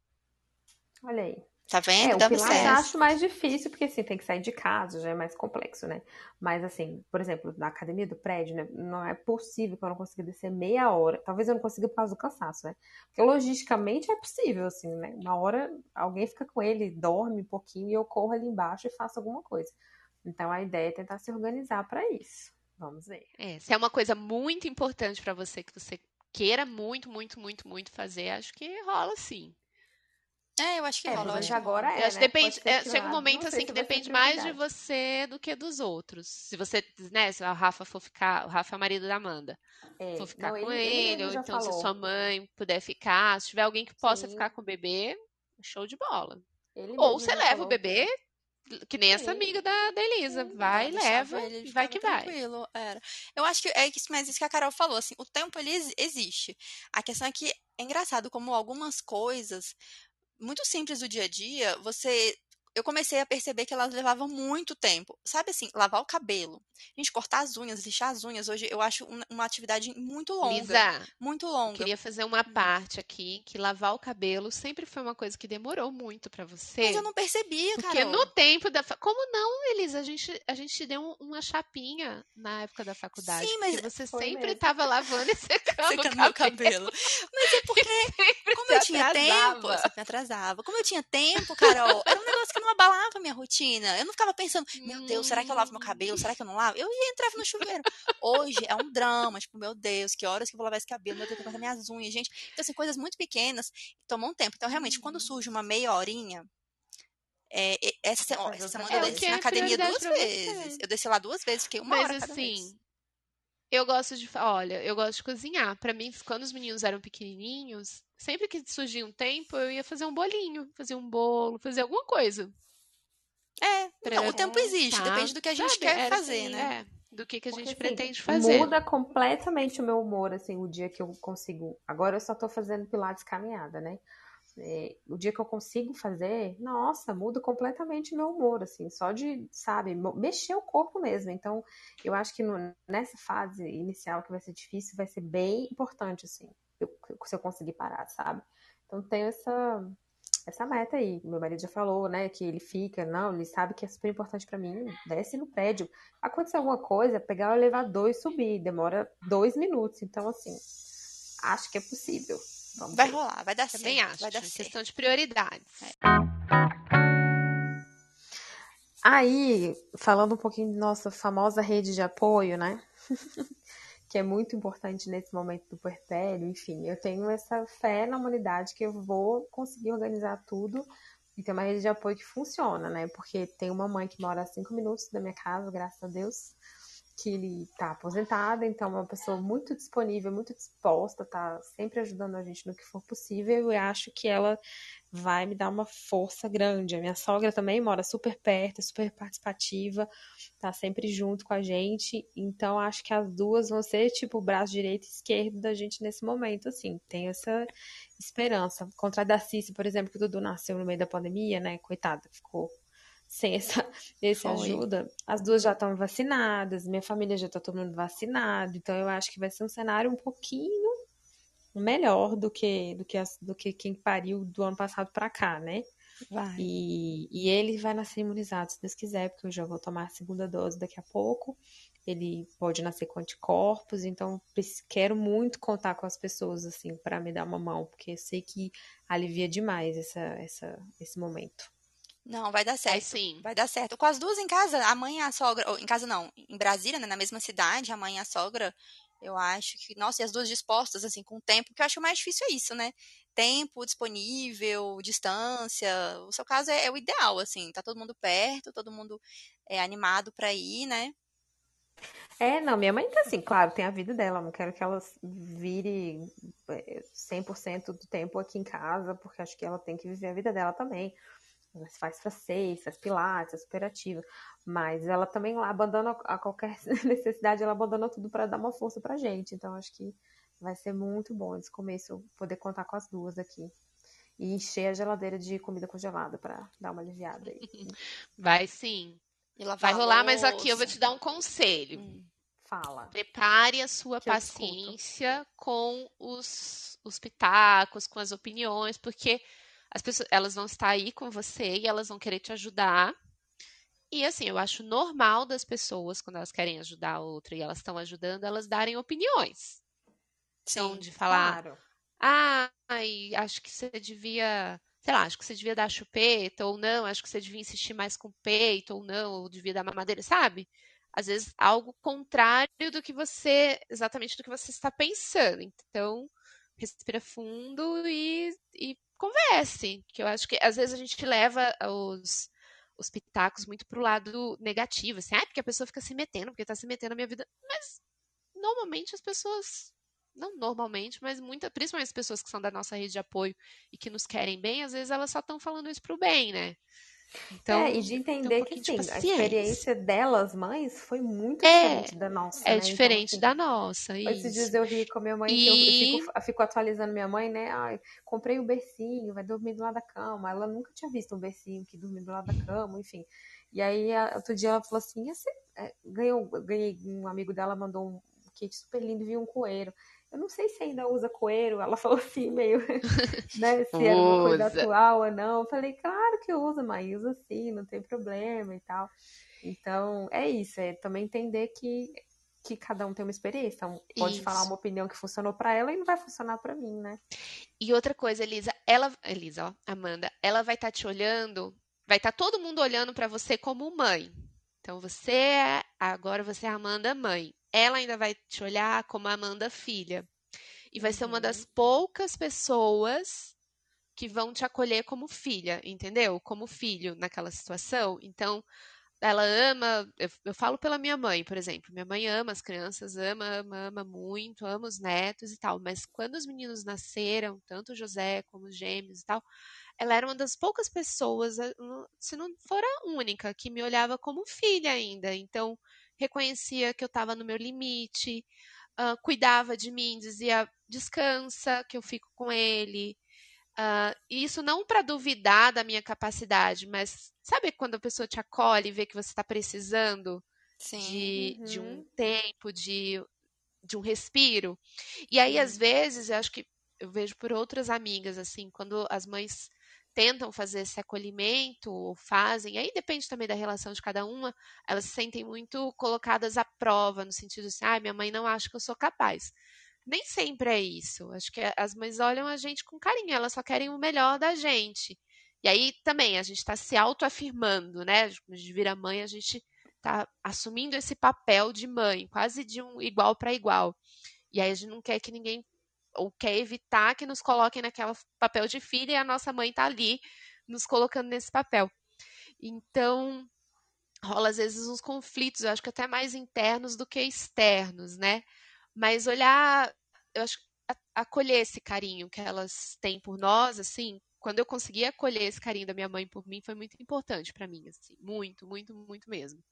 Olha aí. Tá vendo? O Dava Pilates eu certo. acho mais difícil, porque assim, tem que sair de casa, já é mais complexo, né? Mas assim, por exemplo, na academia do prédio, né? Não é possível que eu não consiga descer meia hora. Talvez eu não consiga por causa do cansaço, né? Porque logisticamente é possível, assim, né? Uma hora alguém fica com ele, dorme um pouquinho e eu corro ali embaixo e faço alguma coisa. Então a ideia é tentar se organizar para isso. Vamos ver. Se é uma coisa muito importante pra você que você queira muito, muito, muito, muito fazer, acho que rola sim. Eu acho que rola, eu acho Provavelmente que rola. agora Eu é, acho que né? Pode depende, ser que chega um lá, não momento sei assim se que vai ser depende mais de prioridade. você do que dos outros. Se você, né, se o Rafa for ficar, o Rafa é o marido da Amanda, for ficar Não, com ele ele, mesmo ou já então se sua falou. mãe puder ficar, se tiver alguém que possa Sim, ficar com o bebê, show de bola. ele Ou mesmo você já leva o falou bebê, que que nem essa sim, amiga da Elisa, sim. vai, Deixava leva ele, ele e vai ficava que vai. tranquilo, era. Eu acho que é isso, mas isso que a Carol falou, assim, o tempo ele existe. A questão é que é engraçado como algumas coisas muito simples do dia a dia, eu comecei a perceber que elas levavam muito tempo. Sabe assim, lavar o cabelo. Gente, cortar as unhas, lixar as unhas, hoje eu acho uma atividade muito longa. Lisa, Muito eu longa. queria fazer uma parte aqui que lavar o cabelo sempre foi uma coisa que demorou muito pra Mas eu você. não percebia, Porque no Carol. tempo da. Como não, Elisa? A gente te deu uma chapinha na época da faculdade, Sim, porque mas você Foi sempre mesmo. estava lavando e secando o secando meu cabelo cabelo. Mas é porque, e sempre como se eu tinha tempo, eu atrasava. sempre me atrasava. Como eu tinha tempo, Carol, era um negócio que não abalava a minha rotina. Eu não ficava pensando, meu Deus, será que eu lavo meu Hum, cabelo? Será que eu não lavo? Eu ia e entrava no chuveiro. Hoje é um drama, tipo, meu Deus, que horas que eu vou lavar esse cabelo? Meu Deus, eu tenho que cortar minhas unhas, gente. Então, assim, coisas muito pequenas tomam um tempo. Então, realmente, quando uhum. surge uma meia horinha, Faz essa outra semana eu É o que desci na é coisa. academia prioridade duas pra vezes. você. Eu desci lá 2 vezes, fiquei uma Mas hora cada vez. assim, olha, eu gosto de cozinhar. Pra mim, quando os meninos eram pequenininhos, sempre que surgia um tempo, eu ia fazer um bolinho, fazer um bolo, fazer alguma coisa. Então, o Pra, tempo É, existe, tá, depende do que a gente sabe? quer Era, fazer, sim. né? do que a Porque gente assim, pretende fazer. muda completamente o meu humor, assim, o dia que eu consigo. Agora eu só tô fazendo pilates caminhada, né? O dia que eu consigo fazer, nossa, muda completamente o meu humor, assim, só de, sabe, mexer o corpo mesmo. Então, eu acho que nessa fase inicial que vai ser difícil, vai ser bem importante, assim, se eu conseguir parar, sabe? Então, tenho essa meta aí. Meu marido já falou, né, que ele fica, não, ele sabe que é super importante pra mim, desce no prédio. Acontecer alguma coisa, pegar o elevador e subir, demora 2 minutos. Então, assim, acho que é possível. Vamos Vai ver. rolar, vai dar Também certo, acho. vai dar É certo. questão de prioridades. Aí, falando um pouquinho de nossa famosa rede de apoio, né? Que é muito importante nesse momento do puerpério, enfim, eu tenho essa fé na humanidade que eu vou conseguir organizar tudo e ter uma rede de apoio que funciona, né? Porque tem uma mãe que mora a 5 minutos da minha casa, graças a Deus, que ele tá aposentada, então é uma pessoa muito disponível, muito disposta, tá sempre ajudando a gente no que for possível, e acho que ela vai me dar uma força grande. A minha sogra também mora super perto, é super participativa, tá sempre junto com a gente, então acho que as duas vão ser tipo o braço direito e esquerdo da gente nesse momento, assim, tem essa esperança. Ao contrário da Cici, por exemplo, que o Dudu nasceu no meio da pandemia, né, coitada, ficou sem esse Foi. ajuda, as duas já estão vacinadas, minha família já tá todo mundo vacinado, então eu acho que vai ser um cenário um pouquinho melhor do que quem pariu do ano passado para cá, né? Vai. E ele vai nascer imunizado, se Deus quiser, porque eu já vou tomar a segunda dose daqui a pouco. Ele pode nascer com anticorpos, então quero muito contar com as pessoas assim para me dar uma mão, porque eu sei que alivia demais esse momento. Não, vai dar Vai certo. sim. Vai dar certo. Com as duas em casa, a mãe e a sogra, ou em casa não, em Brasília, né, na mesma cidade, a mãe e a sogra, eu acho que, nossa, e as duas dispostas, assim, com o tempo, porque eu acho que o mais difícil é isso, né? Tempo disponível, distância. O seu caso é o ideal, assim, tá todo mundo perto, todo mundo animado pra ir, né? Não, minha mãe tá assim, claro, tem a vida dela, não quero que ela vire 100% do tempo aqui em casa, porque acho que ela tem que viver a vida dela também. Ela faz francês, faz pilates, é super ativa. Mas ela também lá abandona a qualquer necessidade, ela abandona tudo para dar uma força pra gente. Então acho que vai ser muito bom esse começo poder contar com as duas aqui. E encher a geladeira de comida congelada para dar uma aliviada aí. Vai sim. E Vai lavar a rolar, mas aqui eu vou louça. te dar um conselho. Fala, Prepare a sua que eu te escuto. paciência com os pitacos, com as opiniões, porque as pessoas, elas vão estar aí com você e elas vão querer te ajudar. E assim, eu acho normal das pessoas, quando elas querem ajudar a outra e elas estão ajudando, elas darem opiniões. Então, Sim. de falar, Claro. ai, acho que você devia, sei lá, acho que você devia dar chupeta, ou não, acho que você devia insistir mais com o peito, ou não, ou devia dar mamadeira, sabe? Às vezes algo contrário do que você, exatamente do que você está pensando. Então, respira fundo e converse, que eu acho que às vezes a gente leva os pitacos muito pro lado negativo, assim, porque a pessoa fica se metendo, porque tá se metendo na minha vida. Mas normalmente as pessoas, não normalmente, mas principalmente as pessoas que são da nossa rede de apoio e que nos querem bem, às vezes elas só estão falando isso pro bem, né? E Então, de tem um entender que, pouquinho de assim, a paciência. experiência delas, mães, foi muito É, diferente da nossa, é né? Então, diferente assim, da nossa, esses dias isso. eu ri com a minha mãe que eu fico, E eu fico atualizando minha mãe, né? Ai, comprei o bercinho, vai dormir do lado da cama. Ela nunca tinha visto um bercinho que dormia do lado da cama, enfim. E aí, outro dia ela falou assim: ganhei um amigo dela, mandou um kit super lindo e vi um coeiro. Eu não sei se ainda usa coeiro. Ela falou assim, meio, né? Se era uma coisa usa. atual ou não. Eu falei, claro que usa, mãe, usa sim, não tem problema e tal. Então, é isso, é também entender que cada um tem uma experiência. Então, pode falar Isso. uma opinião que funcionou pra ela e não vai funcionar pra mim, né? E outra coisa, Elisa, ó, Amanda, ela vai estar te olhando, vai estar todo mundo olhando para você como mãe. Então agora você é a Amanda mãe. Ela ainda vai te olhar como a Amanda filha. E vai ser uma das Uhum. poucas pessoas que vão te acolher como filha, entendeu? Como filho naquela situação. Então, ela ama, eu falo pela minha mãe, por exemplo. Minha mãe ama as crianças, ama muito, ama os netos e tal. Mas quando os meninos nasceram, tanto o José como os gêmeos e tal, ela era uma das poucas pessoas, se não for a única, que me olhava como filha ainda. Então, reconhecia que eu estava no meu limite, cuidava de mim, dizia descansa, que eu fico com ele. E isso não para duvidar da minha capacidade, mas sabe quando a pessoa te acolhe e vê que você está precisando Sim. de um Uhum. tempo, de um respiro? E aí, às Sim. vezes, eu acho que eu vejo por outras amigas, assim, quando as mães tentam fazer esse acolhimento, ou fazem, aí depende também da relação de cada uma, elas se sentem muito colocadas à prova, no sentido assim, minha mãe não acha que eu sou capaz. nem sempre é isso. Acho que as mães olham a gente com carinho, elas só querem o melhor da gente. E aí também a gente está se autoafirmando, né? Quando a gente vira mãe, a gente está assumindo esse papel de mãe, quase de um igual para igual. E aí a gente não quer que ninguém, ou quer evitar que nos coloquem naquele papel de filha, e a nossa mãe está ali nos colocando nesse papel. Então, rola às vezes uns conflitos, eu acho que até mais internos do que externos, né? Mas olhar, eu acho que acolher esse carinho que elas têm por nós, assim, quando eu consegui acolher esse carinho da minha mãe por mim, foi muito importante pra mim, assim, muito, muito, muito mesmo.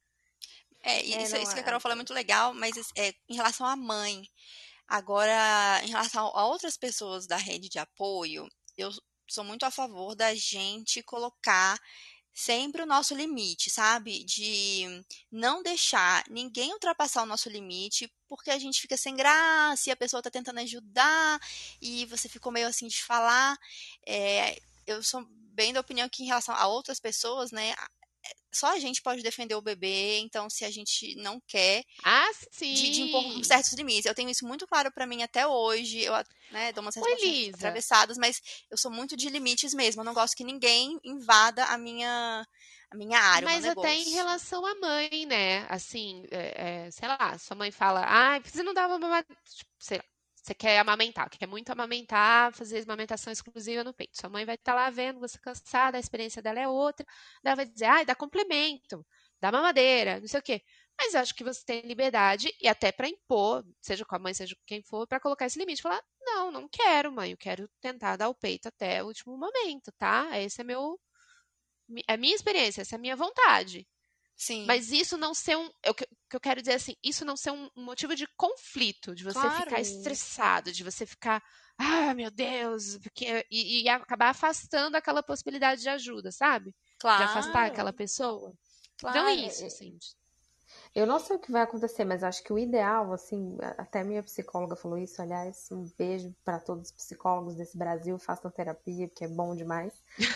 E isso, Não, isso que a Carol falou é muito legal, mas em relação à mãe. Agora, em relação a outras pessoas da rede de apoio, eu sou muito a favor da gente colocar sempre o nosso limite, sabe? De não deixar ninguém ultrapassar o nosso limite, porque a gente fica sem graça e a pessoa tá tentando ajudar e você ficou meio assim de falar. Eu sou bem da opinião que em relação a outras pessoas, né? Só a gente pode defender o bebê, então se a gente não quer Ah, de impor sim! certos limites. Eu tenho isso muito claro pra mim até hoje. Eu, né, dou umas Ô, respostas Elisa, atravessadas, mas eu sou muito de limites mesmo. Eu não gosto que ninguém invada a minha área, o meu mas até em negócio. relação à mãe, né? Assim, sei lá, sua mãe fala, ah, você não dava mamar, sei lá, você quer amamentar, quer muito amamentar, fazer amamentação exclusiva no peito. Sua mãe vai estar lá vendo você cansada, a experiência dela é outra, daí ela vai dizer, ah, dá complemento, dá mamadeira, não sei o quê. Mas acho que você tem liberdade e até para impor, seja com a mãe, seja com quem for, para colocar esse limite. Falar, não, não quero, mãe, eu quero tentar dar o peito até o último momento, tá? Esse é a minha experiência, essa é a minha vontade. Sim, Mas isso não ser o que eu quero dizer assim, isso não ser um motivo de conflito, de você ficar claro. estressado, de você ficar, ah, meu Deus, porque, e acabar afastando aquela possibilidade de ajuda, sabe? De afastar Claro, aquela pessoa. Não claro. isso, assim. Eu não sei o que vai acontecer, mas acho que o ideal, assim, até minha psicóloga falou isso, aliás, um beijo para todos os psicólogos desse Brasil, façam terapia, porque é bom demais.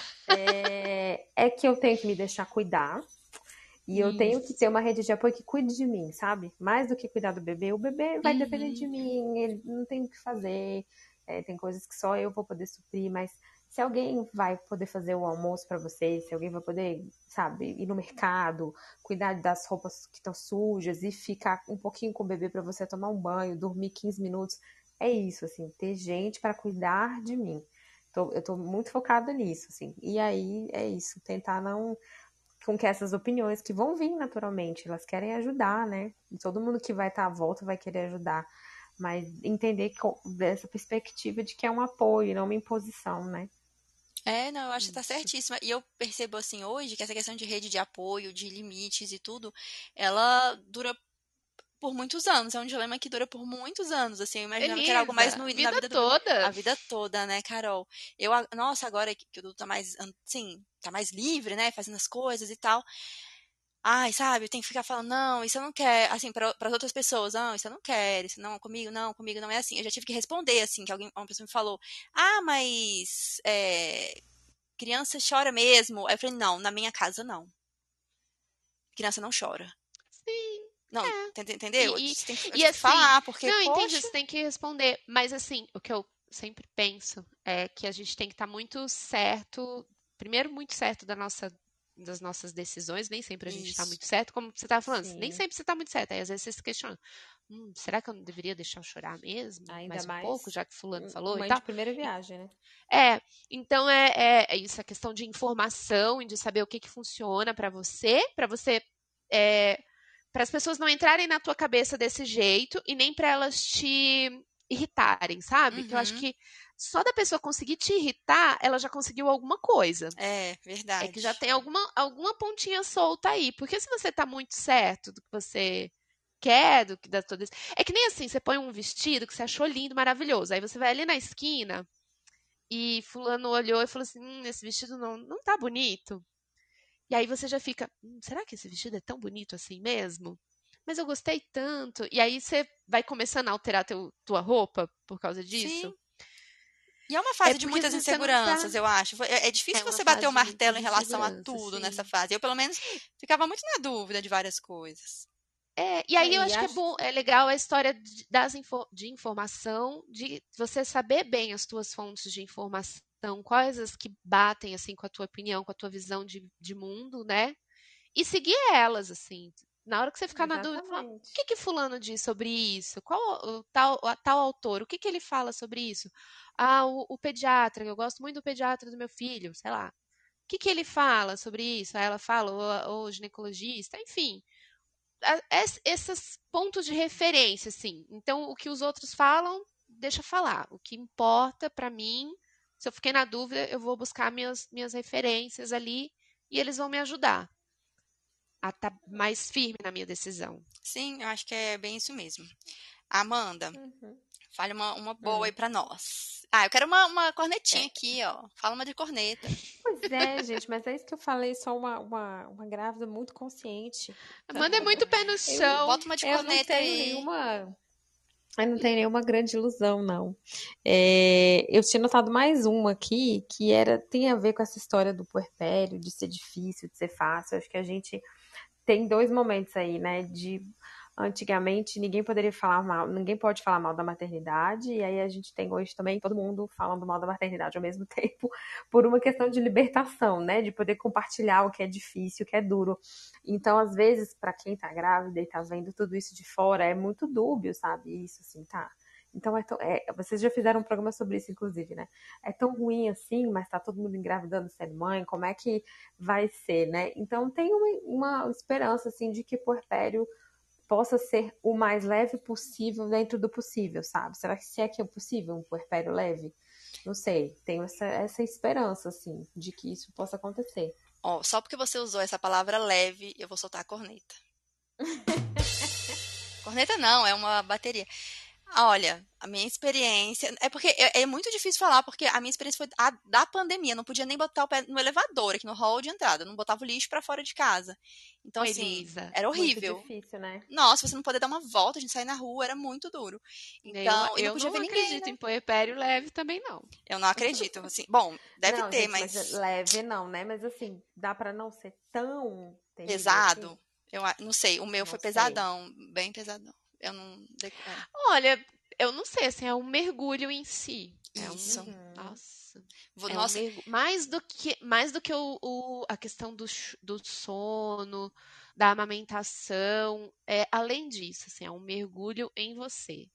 É que eu tenho que me deixar cuidar e eu tenho que ter Isso. uma rede de apoio que cuide de mim, sabe? Mais do que cuidar do bebê, o bebê vai depender de Uhum. mim, ele não tem o que fazer, tem coisas que só eu vou poder suprir, mas se alguém vai poder fazer o almoço para você, se alguém vai poder, sabe, ir no mercado, cuidar das roupas que estão sujas e ficar um pouquinho com o bebê para você tomar um banho, dormir 15 minutos, é isso, assim, ter gente para cuidar de mim. Eu tô muito focada nisso, assim. E aí é isso, tentar não com que essas opiniões que vão vir naturalmente, elas querem ajudar, né? Todo mundo que vai estar à volta vai querer ajudar, mas entender dessa perspectiva de que é um apoio, não uma imposição, né? Não, eu acho que tá Isso. certíssima. E eu percebo assim hoje que essa questão de rede de apoio, de limites e tudo, ela dura por muitos anos. É um dilema que dura por muitos anos, assim. Eu imaginava que era algo mais Elisa, na vida vida do bebê. toda. A vida toda, né, Carol? Nossa, agora que o Dudu tá mais, assim, tá mais livre, né, fazendo as coisas e tal. Ai, sabe, tem que ficar falando, não, isso eu não quero, assim, para as outras pessoas, não, isso eu não quero, isso comigo não é assim. Eu já tive que responder, assim, que uma pessoa me falou, ah, mas criança chora mesmo. Aí eu falei, não, na minha casa não. Criança não chora. Sim. Não, É. entendeu? E, e, Eu e tive que assim, falar, porque, não, entendi, poxa. você tem que responder. Mas assim, o que eu sempre penso é que a gente tem que estar muito certo, primeiro muito certo das nossas decisões, nem sempre a gente está Isso. muito certo, como você estava falando, nem Sim, sempre você está muito certo. Aí às vezes você se questiona, será que eu não deveria deixar eu chorar mesmo? ainda Mais um pouco, mais já que fulano falou e mãe de tal? primeira E- viagem, né? É, então é isso, a questão de informação e de saber o que que funciona para você é, para as pessoas não entrarem na tua cabeça desse jeito e nem para elas te irritarem, sabe? Que eu acho Uhum. que só da pessoa conseguir te irritar, ela já conseguiu alguma coisa. É, É que já verdade. tem alguma pontinha solta aí. Porque se você tá muito certo do que você quer, do que da toda. É que nem assim, você põe um vestido que você achou lindo, maravilhoso. Aí você vai ali na esquina e fulano olhou e falou assim: esse vestido não tá bonito. E aí você já fica, será que esse vestido é tão bonito assim mesmo? Mas eu gostei tanto. E aí você vai começando a alterar tua roupa por causa disso. Sim. E é uma É fase de porque às muitas vezes você não tá. inseguranças, eu acho. É É difícil uma você bater o fase de martelo muitas em relação a inseguranças, tudo nessa sim. fase. Eu, pelo menos, ficava muito na dúvida de várias coisas. E aí eu E acho que é acho bom, é legal a história de informação, de você saber bem as tuas fontes de informação, quais as que batem assim com a tua opinião, com a tua visão de mundo, né? E seguir elas, assim. Na hora que você ficar na dúvida, falar, o exatamente. que que fulano diz sobre isso? Qual tal autor? O que que ele fala sobre isso? Ah, o pediatra, eu gosto muito do pediatra do meu filho, sei lá. O que que ele fala sobre isso? Aí ela fala, ou o ginecologista, enfim. Esses pontos de referência, assim. Então, o que os outros falam, deixa falar. O que importa para mim, se eu fiquei na dúvida, eu vou buscar minhas referências ali e eles vão me ajudar a estar mais firme na minha decisão. Sim, eu acho que é bem isso mesmo. Amanda, Uhum. fale uma boa aí Hum. pra nós. Ah, eu quero uma cornetinha É, aqui, ó. Fala uma de corneta. pois é, gente, mas é isso que eu falei, sou uma grávida muito consciente. Amanda é muito pé no Eu, chão. Bota uma de eu não corneta tenho aí. nenhuma. Eu não tenho nenhuma grande ilusão, não. Eu tinha notado mais uma aqui, que tem a ver com essa história do puerpério, de ser difícil, de ser fácil. Acho que a gente tem dois momentos aí, né? Antigamente ninguém poderia falar mal, ninguém pode falar mal da maternidade, e aí a gente tem hoje também todo mundo falando mal da maternidade ao mesmo tempo, por uma questão de libertação, né? De poder compartilhar o que é difícil, o que é duro. Então, às vezes, para quem tá grávida e tá vendo tudo isso de fora, é muito dúbio, sabe? Isso assim, tá. Então, vocês já fizeram um programa sobre isso, inclusive, né? É tão ruim assim, mas tá todo mundo engravidando sendo mãe, como é que vai ser, né? Então tem uma esperança assim de que o puerpério possa ser o mais leve possível dentro do possível, sabe? Será que se é que é possível um puerpério leve? Não sei, tenho essa esperança assim de que isso possa acontecer. Ó, só porque você usou essa palavra leve, eu vou soltar a corneta. Corneta não, é uma bateria. Olha, a minha experiência. É porque é muito difícil falar, porque a minha experiência foi a da pandemia. Eu não podia nem botar o pé no elevador, aqui no hall de entrada. Eu não botava o lixo pra fora de casa. Então, Ô, assim, Elisa, era Muito horrível. difícil, né? Nossa, você não poder dar uma volta, a gente sair na rua, era muito duro. Então, e não eu podia não ver ninguém, acredito né? em puerpério leve também, não. Eu não acredito, assim. Bom, deve Não, ter, gente, mas mas leve não, né? Mas assim, dá pra não ser tão terrível assim? pesado, não sei. O meu foi Não sei. pesadão, bem pesadão. Eu não. Olha, eu não sei, assim, é um mergulho em si. É Isso. Uhum. nossa, é um Nossa, mergulho, mais do que a questão do sono, da amamentação, além disso, assim, é um mergulho em você.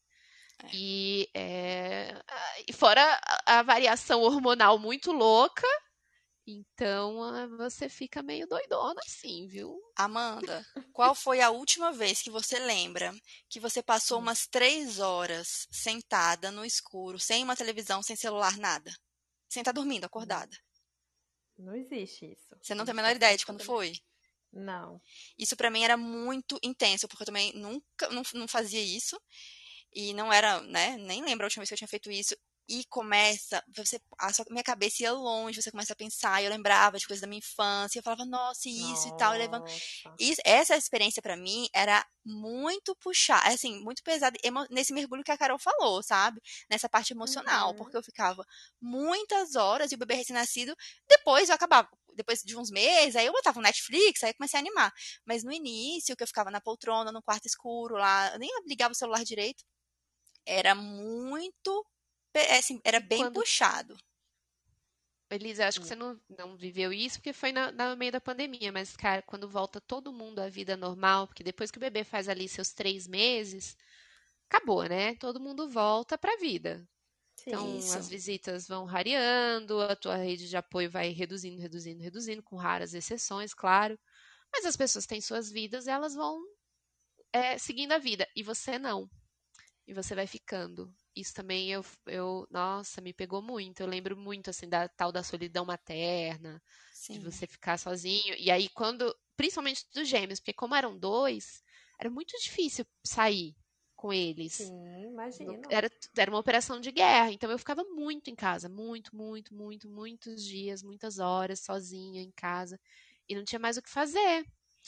E fora a variação hormonal muito louca, então você fica meio doidona assim, viu? Amanda, qual foi a última vez que você lembra que você passou Hum. umas 3 horas sentada no escuro, sem uma televisão, sem celular, nada? Sem estar dormindo, Não, acordada. não existe isso. Você não tem a Isso menor ideia de quando absolutamente. foi? Não. Isso pra mim era muito intenso, porque eu também nunca não fazia isso. E não era, né? Nem lembro a última vez que eu tinha feito isso. E começa, minha cabeça ia longe, você começa a pensar, eu lembrava de coisas da minha infância, eu falava, nossa, isso e tal, e levando. Nossa. Essa experiência pra mim era muito puxada, assim, muito pesada nesse mergulho que a Carol falou, sabe? Nessa parte emocional, Uhum. porque eu ficava muitas horas e o bebê recém-nascido, depois eu acabava, depois de uns meses, aí eu botava um Netflix, aí eu comecei a animar. Mas no início, que eu ficava na poltrona, no quarto escuro lá, eu nem ligava o celular direito, era muito, assim, era E bem quando, puxado. Elisa, acho que você não viveu isso porque foi no meio da pandemia, mas, cara, quando volta todo mundo à vida normal, porque depois que o bebê faz ali seus 3 meses, acabou, né? Todo mundo volta pra vida. Então, Isso. as visitas vão rareando, a tua rede de apoio vai reduzindo, reduzindo, reduzindo, com raras exceções, claro. Mas as pessoas têm suas vidas, elas vão seguindo a vida. E você não. E você vai ficando. Isso também nossa, me pegou muito. Eu lembro muito, assim, da tal da solidão materna, de Sim. você ficar sozinho. E aí, principalmente dos gêmeos, porque como eram dois, era muito difícil sair com eles. Sim, imagino. Era uma operação de guerra, então eu ficava muito em casa, muito, muito, muito, muitos dias, muitas horas sozinha em casa e não tinha mais o que fazer.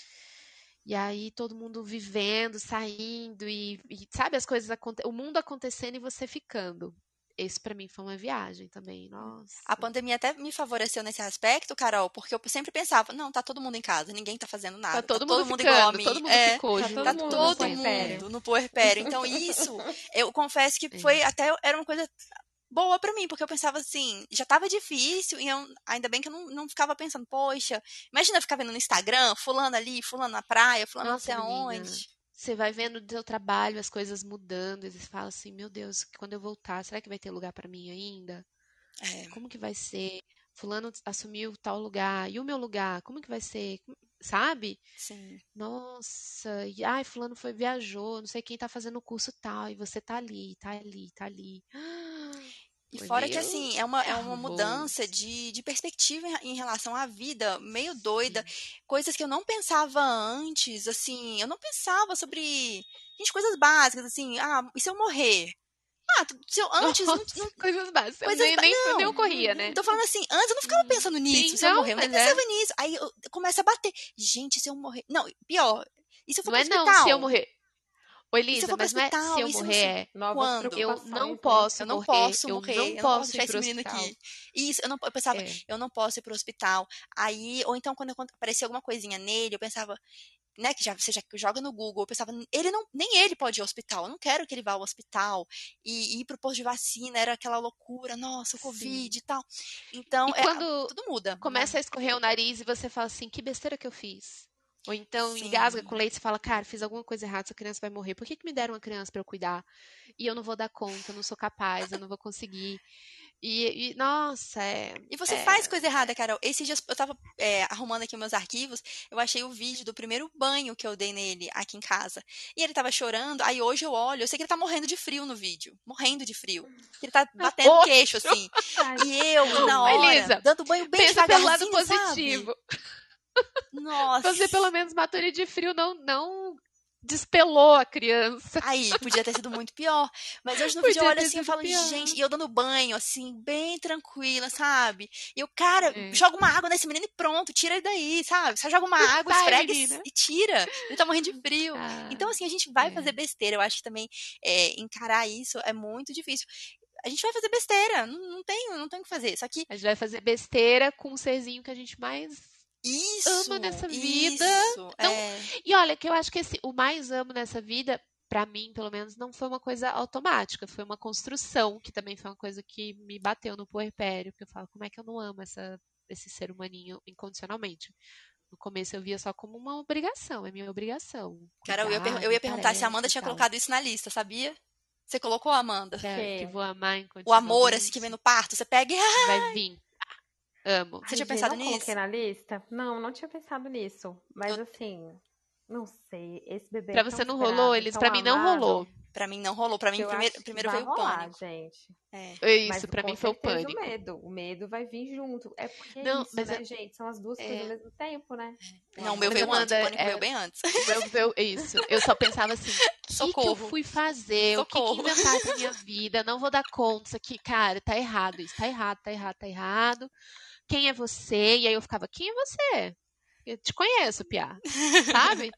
E aí todo mundo vivendo, saindo e sabe as coisas o mundo acontecendo e você ficando. esse pra mim foi uma viagem também, nossa. A pandemia até me favoreceu nesse aspecto, Carol, porque eu sempre pensava, não, tá todo mundo em casa, ninguém tá fazendo Tá nada, tá todo mundo todo mundo igual a ficando, mim. todo mundo ficou Tá junto. Tá todo mundo no todo puerpério. mundo no puerpério. Então, isso, eu confesso que É. foi até, era uma coisa boa pra mim, porque eu pensava assim, já tava difícil, e eu, ainda bem que eu não ficava pensando, poxa, imagina eu ficar vendo no Instagram, fulano ali, fulano na praia, fulano não sei Nossa, menina, aonde. você vai vendo do seu trabalho as coisas mudando, e você fala assim, meu Deus, quando eu voltar, será que vai ter lugar pra mim ainda? É, Como que vai ser? Fulano assumiu tal lugar, e o meu lugar, como que vai ser? Sabe? sim. Nossa, e ai, fulano viajou, não sei quem tá fazendo o curso tal, e você tá ali, tá ali, tá ali. E Foi fora que, meio assim, é uma mudança nervoso. de perspectiva em relação à vida, meio doida. Sim. Coisas que eu não pensava antes, assim, eu não pensava sobre, gente, coisas básicas, assim, ah, e se eu morrer? Ah, se eu antes, Nossa, coisas básicas. Eu coisas, nem não, ocorria, né? tô falando assim, antes eu não ficava Uhum. pensando nisso, Sim, se eu não, morrer, eu nem mas é. pensava nisso. Aí eu começo a bater, gente, se eu morrer, não, pior, e se eu for Não pro é não, se eu hospital? morrer. Ô, E se eu Elisa, for pro mas não é se hospital? eu E se morrer, você, é Novas quando? eu não preocupações, né? posso morrer, eu não Eu não posso posso ir deixar esse pro menino hospital. aqui. Isso, eu pensava, É, eu não posso ir pro hospital. Aí, ou então quando aparecia alguma coisinha nele, eu pensava, né, que já você já joga no Google, eu pensava, ele não, nem ele pode ir ao hospital. Eu não quero que ele vá ao hospital e ir pro posto de vacina, era aquela loucura, nossa, o Covid sim. e tal. Então, E quando tudo muda. começa a escorrer o nariz e você fala assim, que besteira que eu fiz. Ou então engasga com Sim. leite e fala, cara, fiz alguma coisa errada, essa criança vai morrer. Por que que me deram uma criança pra eu cuidar? E eu não vou dar conta, eu não sou capaz, eu não vou conseguir. Nossa, E você faz é, coisa errada, Carol. Esses dias eu tava arrumando aqui meus arquivos, eu achei o vídeo do primeiro banho que eu dei nele aqui em casa. E ele tava chorando, aí hoje eu olho, eu sei que ele tá morrendo de frio no vídeo. Morrendo de frio. Que ele tá batendo queixo, ótimo. assim. E eu, na Tadinho. hora, Elisa, dando banho bem pensa pelo lado devagarzinho, sabe? positivo. Você pelo Nossa. menos matou ele de frio, não despelou a criança. Aí, podia ter sido muito pior. Mas hoje no vídeo eu Podia olho ter assim e sido falo, gente, pior. e eu dando banho, assim, bem tranquila, sabe? E o cara É. joga uma água nesse menino e pronto, tira ele daí, sabe? Só joga uma água, Vai, esfrega menina. e tira. Ele tá morrendo de frio. Ah, Então, assim, a gente vai fazer é. besteira. Eu acho que também encarar isso é muito difícil. A gente vai fazer besteira, não tem o que fazer. Só que A gente vai fazer besteira com o serzinho que a gente mais ama nessa vida. Não, é. e olha, que eu acho que o mais amo nessa vida, pra mim, pelo menos, não foi uma coisa automática, foi uma construção, que também foi uma coisa que me bateu no puerpério, porque eu falo, como é que eu não amo esse ser humaninho incondicionalmente? No começo eu via só como uma obrigação, é minha obrigação, Cara, cuidar, eu minha ia perguntar se a tarefa Amanda e tinha tal. colocado isso na lista, sabia? Você colocou, Amanda? O Que quê? vou amar O amor, assim, que vem incondicionalmente, no parto, você pega e. que vai vir. Amo. Você Ai, tinha Gi, pensado não coloquei nisso? na lista? Não, não tinha pensado nisso. Eu, Mas assim, não sei. Esse bebê é Pra tão você não rolou, esperado, eles tão pra mim não amado, rolou. pra mim não rolou. Pra que mim, eu acho que primeiro vai veio o rolar, pânico. gente. É. É Mas isso, pra com mim foi o certeza o pânico. medo. O medo vai vir junto. É porque é Não, isso, né, gente? São as duas coisas ao é, mesmo tempo, né? O Não, o meu amor mas e veio o antes. O Amanda, medo. pânico veio bem antes. o meu veio, isso. Eu só pensava assim, o que eu Socorro. fui fazer? O que Socorro. inventar pra minha vida? Não vou dar conta, isso aqui, cara, tá errado isso, tá errado, tá errado, tá errado. Quem é você? E aí eu ficava, quem é você? Eu te conheço, Piá, sabe?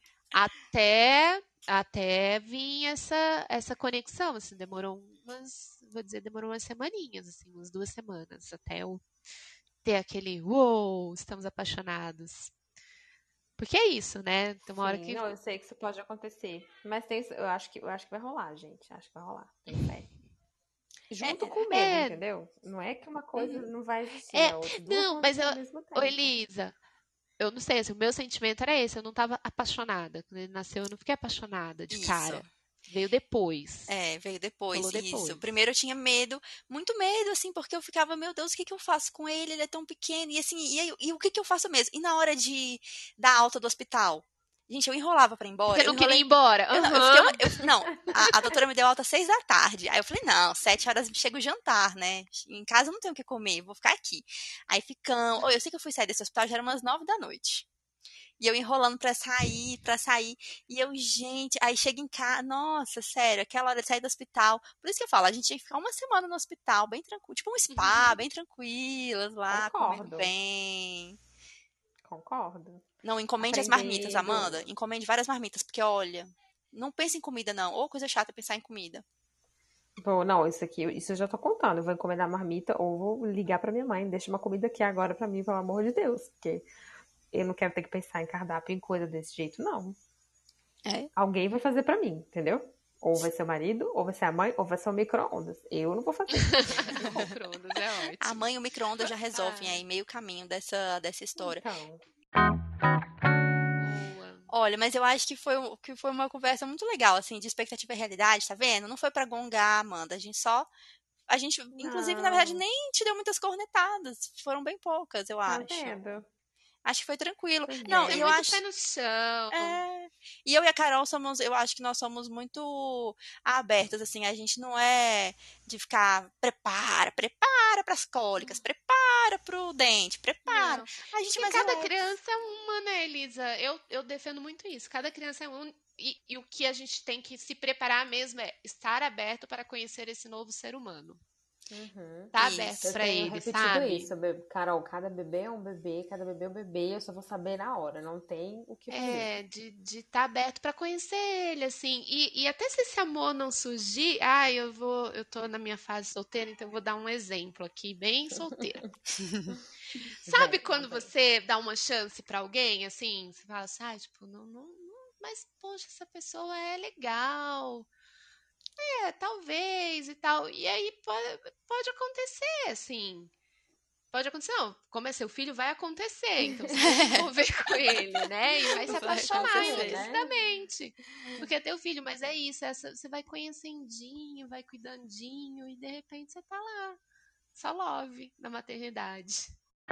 Até vir essa conexão, assim, vou dizer, demorou umas semaninhas, assim, umas 2 semanas, até eu ter aquele, uou, estamos apaixonados. Porque é isso, né? Tem uma hora Sim, que não, eu sei que isso pode acontecer. Mas tem, eu acho que vai rolar, gente. Acho que vai rolar. Tem fé. Junto com o medo, é, entendeu? Não é que uma coisa Uhum. não vai existir, é, a outra. Duas não, vão mas existir ao mesmo ô tempo. Elisa, eu não sei, assim, o meu sentimento era esse, eu não estava apaixonada. Quando ele nasceu, eu não fiquei apaixonada de Isso. cara. Veio depois. É, veio depois, Rolou isso. depois. Primeiro eu tinha medo, muito medo, assim, porque eu ficava, meu Deus, o que que eu faço com ele? Ele é tão pequeno, e assim, e o que que eu faço mesmo? E na hora de dar alta do hospital? Gente, eu enrolava pra ir embora, Você eu não queria ir enrolei. embora? Eu não, eu fiquei Aham. uma. Não, a doutora me deu alta às 6 da tarde. Aí eu falei, não, 7 horas chega o jantar, né? Em casa eu não tenho o que comer, vou ficar aqui. Aí ficamos. Oh, eu sei que eu fui sair desse hospital, já era umas 9 da noite. E eu enrolando pra sair. E eu, gente, aí chega em casa. Nossa, sério, aquela hora de sair do hospital. Por isso que eu falo, a gente tinha que ficar uma semana no hospital, bem tranquilo. Tipo um spa, bem tranquilas lá, comendo Concordo. bem. Concordo. Não, encomende as marmitas, Aprendendo. Amanda. Encomende várias marmitas, porque olha, não pense em comida, não. Ou coisa chata pensar em comida. Não, isso eu já tô contando. Eu vou encomendar marmita ou vou ligar pra minha mãe. Deixa uma comida aqui agora pra mim, pelo amor de Deus. Porque eu não quero ter que pensar em cardápio, em coisa desse jeito, não. É. Alguém vai fazer pra mim, entendeu? Ou vai ser o marido, ou vai ser a mãe, ou vai ser o micro-ondas. Eu não vou fazer. Micro-ondas é ótimo. A mãe e o micro-ondas já resolvem aí meio caminho dessa história. Então, Boa. Olha, mas eu acho que foi uma conversa muito legal, assim, de expectativa e realidade, tá vendo? Não foi pra gongar, Amanda. A gente, inclusive, na verdade, não. nem te deu muitas cornetadas. Foram bem poucas, eu Tá acho. vendo? Acho que foi tranquilo. Pois Não, É e é. eu muito acho. pé no chão. É, e eu e a Carol eu acho que nós somos muito abertas, assim, a gente não é de ficar, prepara pras cólicas, prepara pro dente, prepara. Não. A gente é Porque mais cada relax. criança é uma, né, Elisa? Eu defendo muito isso. Cada criança é um. E o que a gente tem que se preparar mesmo é estar aberto para conhecer esse novo ser humano. Uhum. Tá aberto Isso. Eu para tenho ele, repetido sabe? isso, Carol. Cada bebê é um bebê, cada bebê é um bebê. Eu só vou saber na hora. Não tem o que fazer. É, de estar aberto para conhecer ele, assim. E até se esse amor não surgir, eu tô na minha fase solteira, então eu vou dar um exemplo aqui, bem solteira. Sabe quando Vem. você dá uma chance pra alguém, assim, você fala assim, tipo, mas poxa, essa pessoa é legal, talvez e tal. E aí pode acontecer, assim. Pode acontecer, não. Como é seu filho, vai acontecer. Então você vai se envolver com ele, né? E vai se Vai apaixonar acontecer. enlouquecidamente. Porque é teu filho, mas é isso. Você vai conhecendinho, vai cuidandinho, e de repente você tá lá. Só love na maternidade.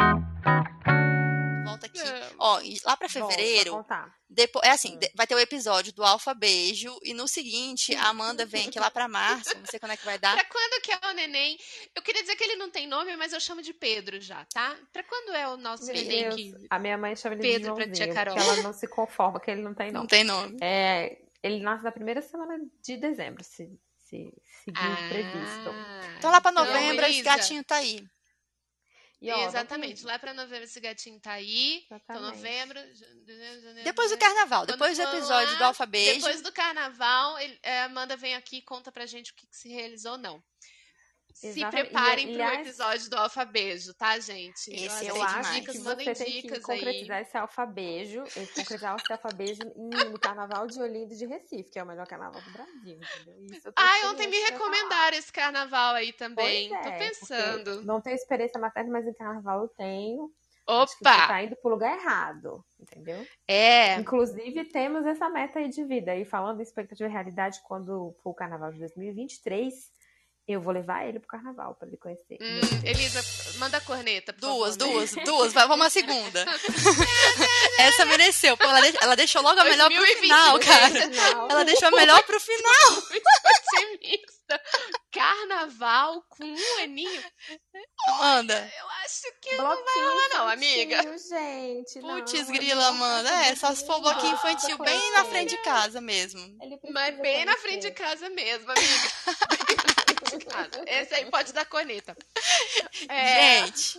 Volta aqui. Não. Ó, e lá pra Volto pra fevereiro, contar. depois, é assim, Hum. vai ter o episódio do Alfa Beijo e no seguinte, a Amanda vem aqui lá pra março, não sei quando é que vai dar. Pra quando que é o neném? Eu queria dizer que ele não tem nome, mas eu chamo de Pedro já, tá? Pra quando é o nosso Meu neném Deus, que a minha mãe chama ele de Pedro pra tia Joãozinho, Carol? porque ela não se conforma que ele não tem Não nome. tem nome. Ele nasce na primeira semana de dezembro, se seguir o previsto. Então lá pra então, novembro esse Elisa, gatinho tá aí. E, ó, exatamente. Lá pra novembro esse gatinho tá aí. Então, Exatamente. novembro, janeiro, Depois do fevereiro. carnaval, Quando depois do for episódio do lá, Alfa Beijo. depois do carnaval, a Amanda vem aqui e conta pra gente o que se realizou ou não. Se Exatamente. preparem E, pro aliás, episódio do Alfa Beijo, tá, gente? Esse eu sei acho demais. que Mandem você tem que dicas aí. concretizar esse alfabeijo, no Carnaval de Olinda e de Recife, que é o melhor carnaval do Brasil, entendeu? Isso eu tenho Ontem me experiência pra falar. recomendaram esse carnaval aí Pois também. Tô é, porque pensando. não tenho experiência materna, mas em carnaval eu tenho. Acho que você Opa! tá indo pro lugar errado, entendeu? É. Inclusive, temos essa meta aí de vida. E falando em expectativa e realidade, quando for o carnaval de 2023, eu vou levar ele pro carnaval pra ele conhecer. Elisa, manda a corneta, por Duas. favor. Vamos uma segunda. Essa mereceu. Pô, ela deixou logo a melhor pro 2023, final, cara. Não. Ela deixou a melhor pro final. Muito otimista. Carnaval com um aninho. Amanda. Eu acho que Bloquinho não, amiga. infantil, gente. Putz, não, grila, Amanda. É, só se for bloquinho Precisa infantil bem na frente de conhecer. casa mesmo. Ele precisa Mas bem na conhecer. frente de casa mesmo, amiga. Esse aí pode dar corneta. Gente.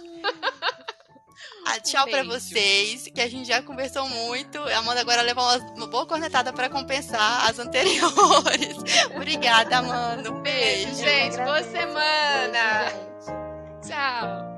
Tchau pra beijo. vocês, que a gente já conversou muito. A Amanda agora levou uma boa cornetada pra compensar as anteriores. Obrigada, Amanda. Um beijo. Gente, boa Agradeço. semana. Beijo, gente. Tchau.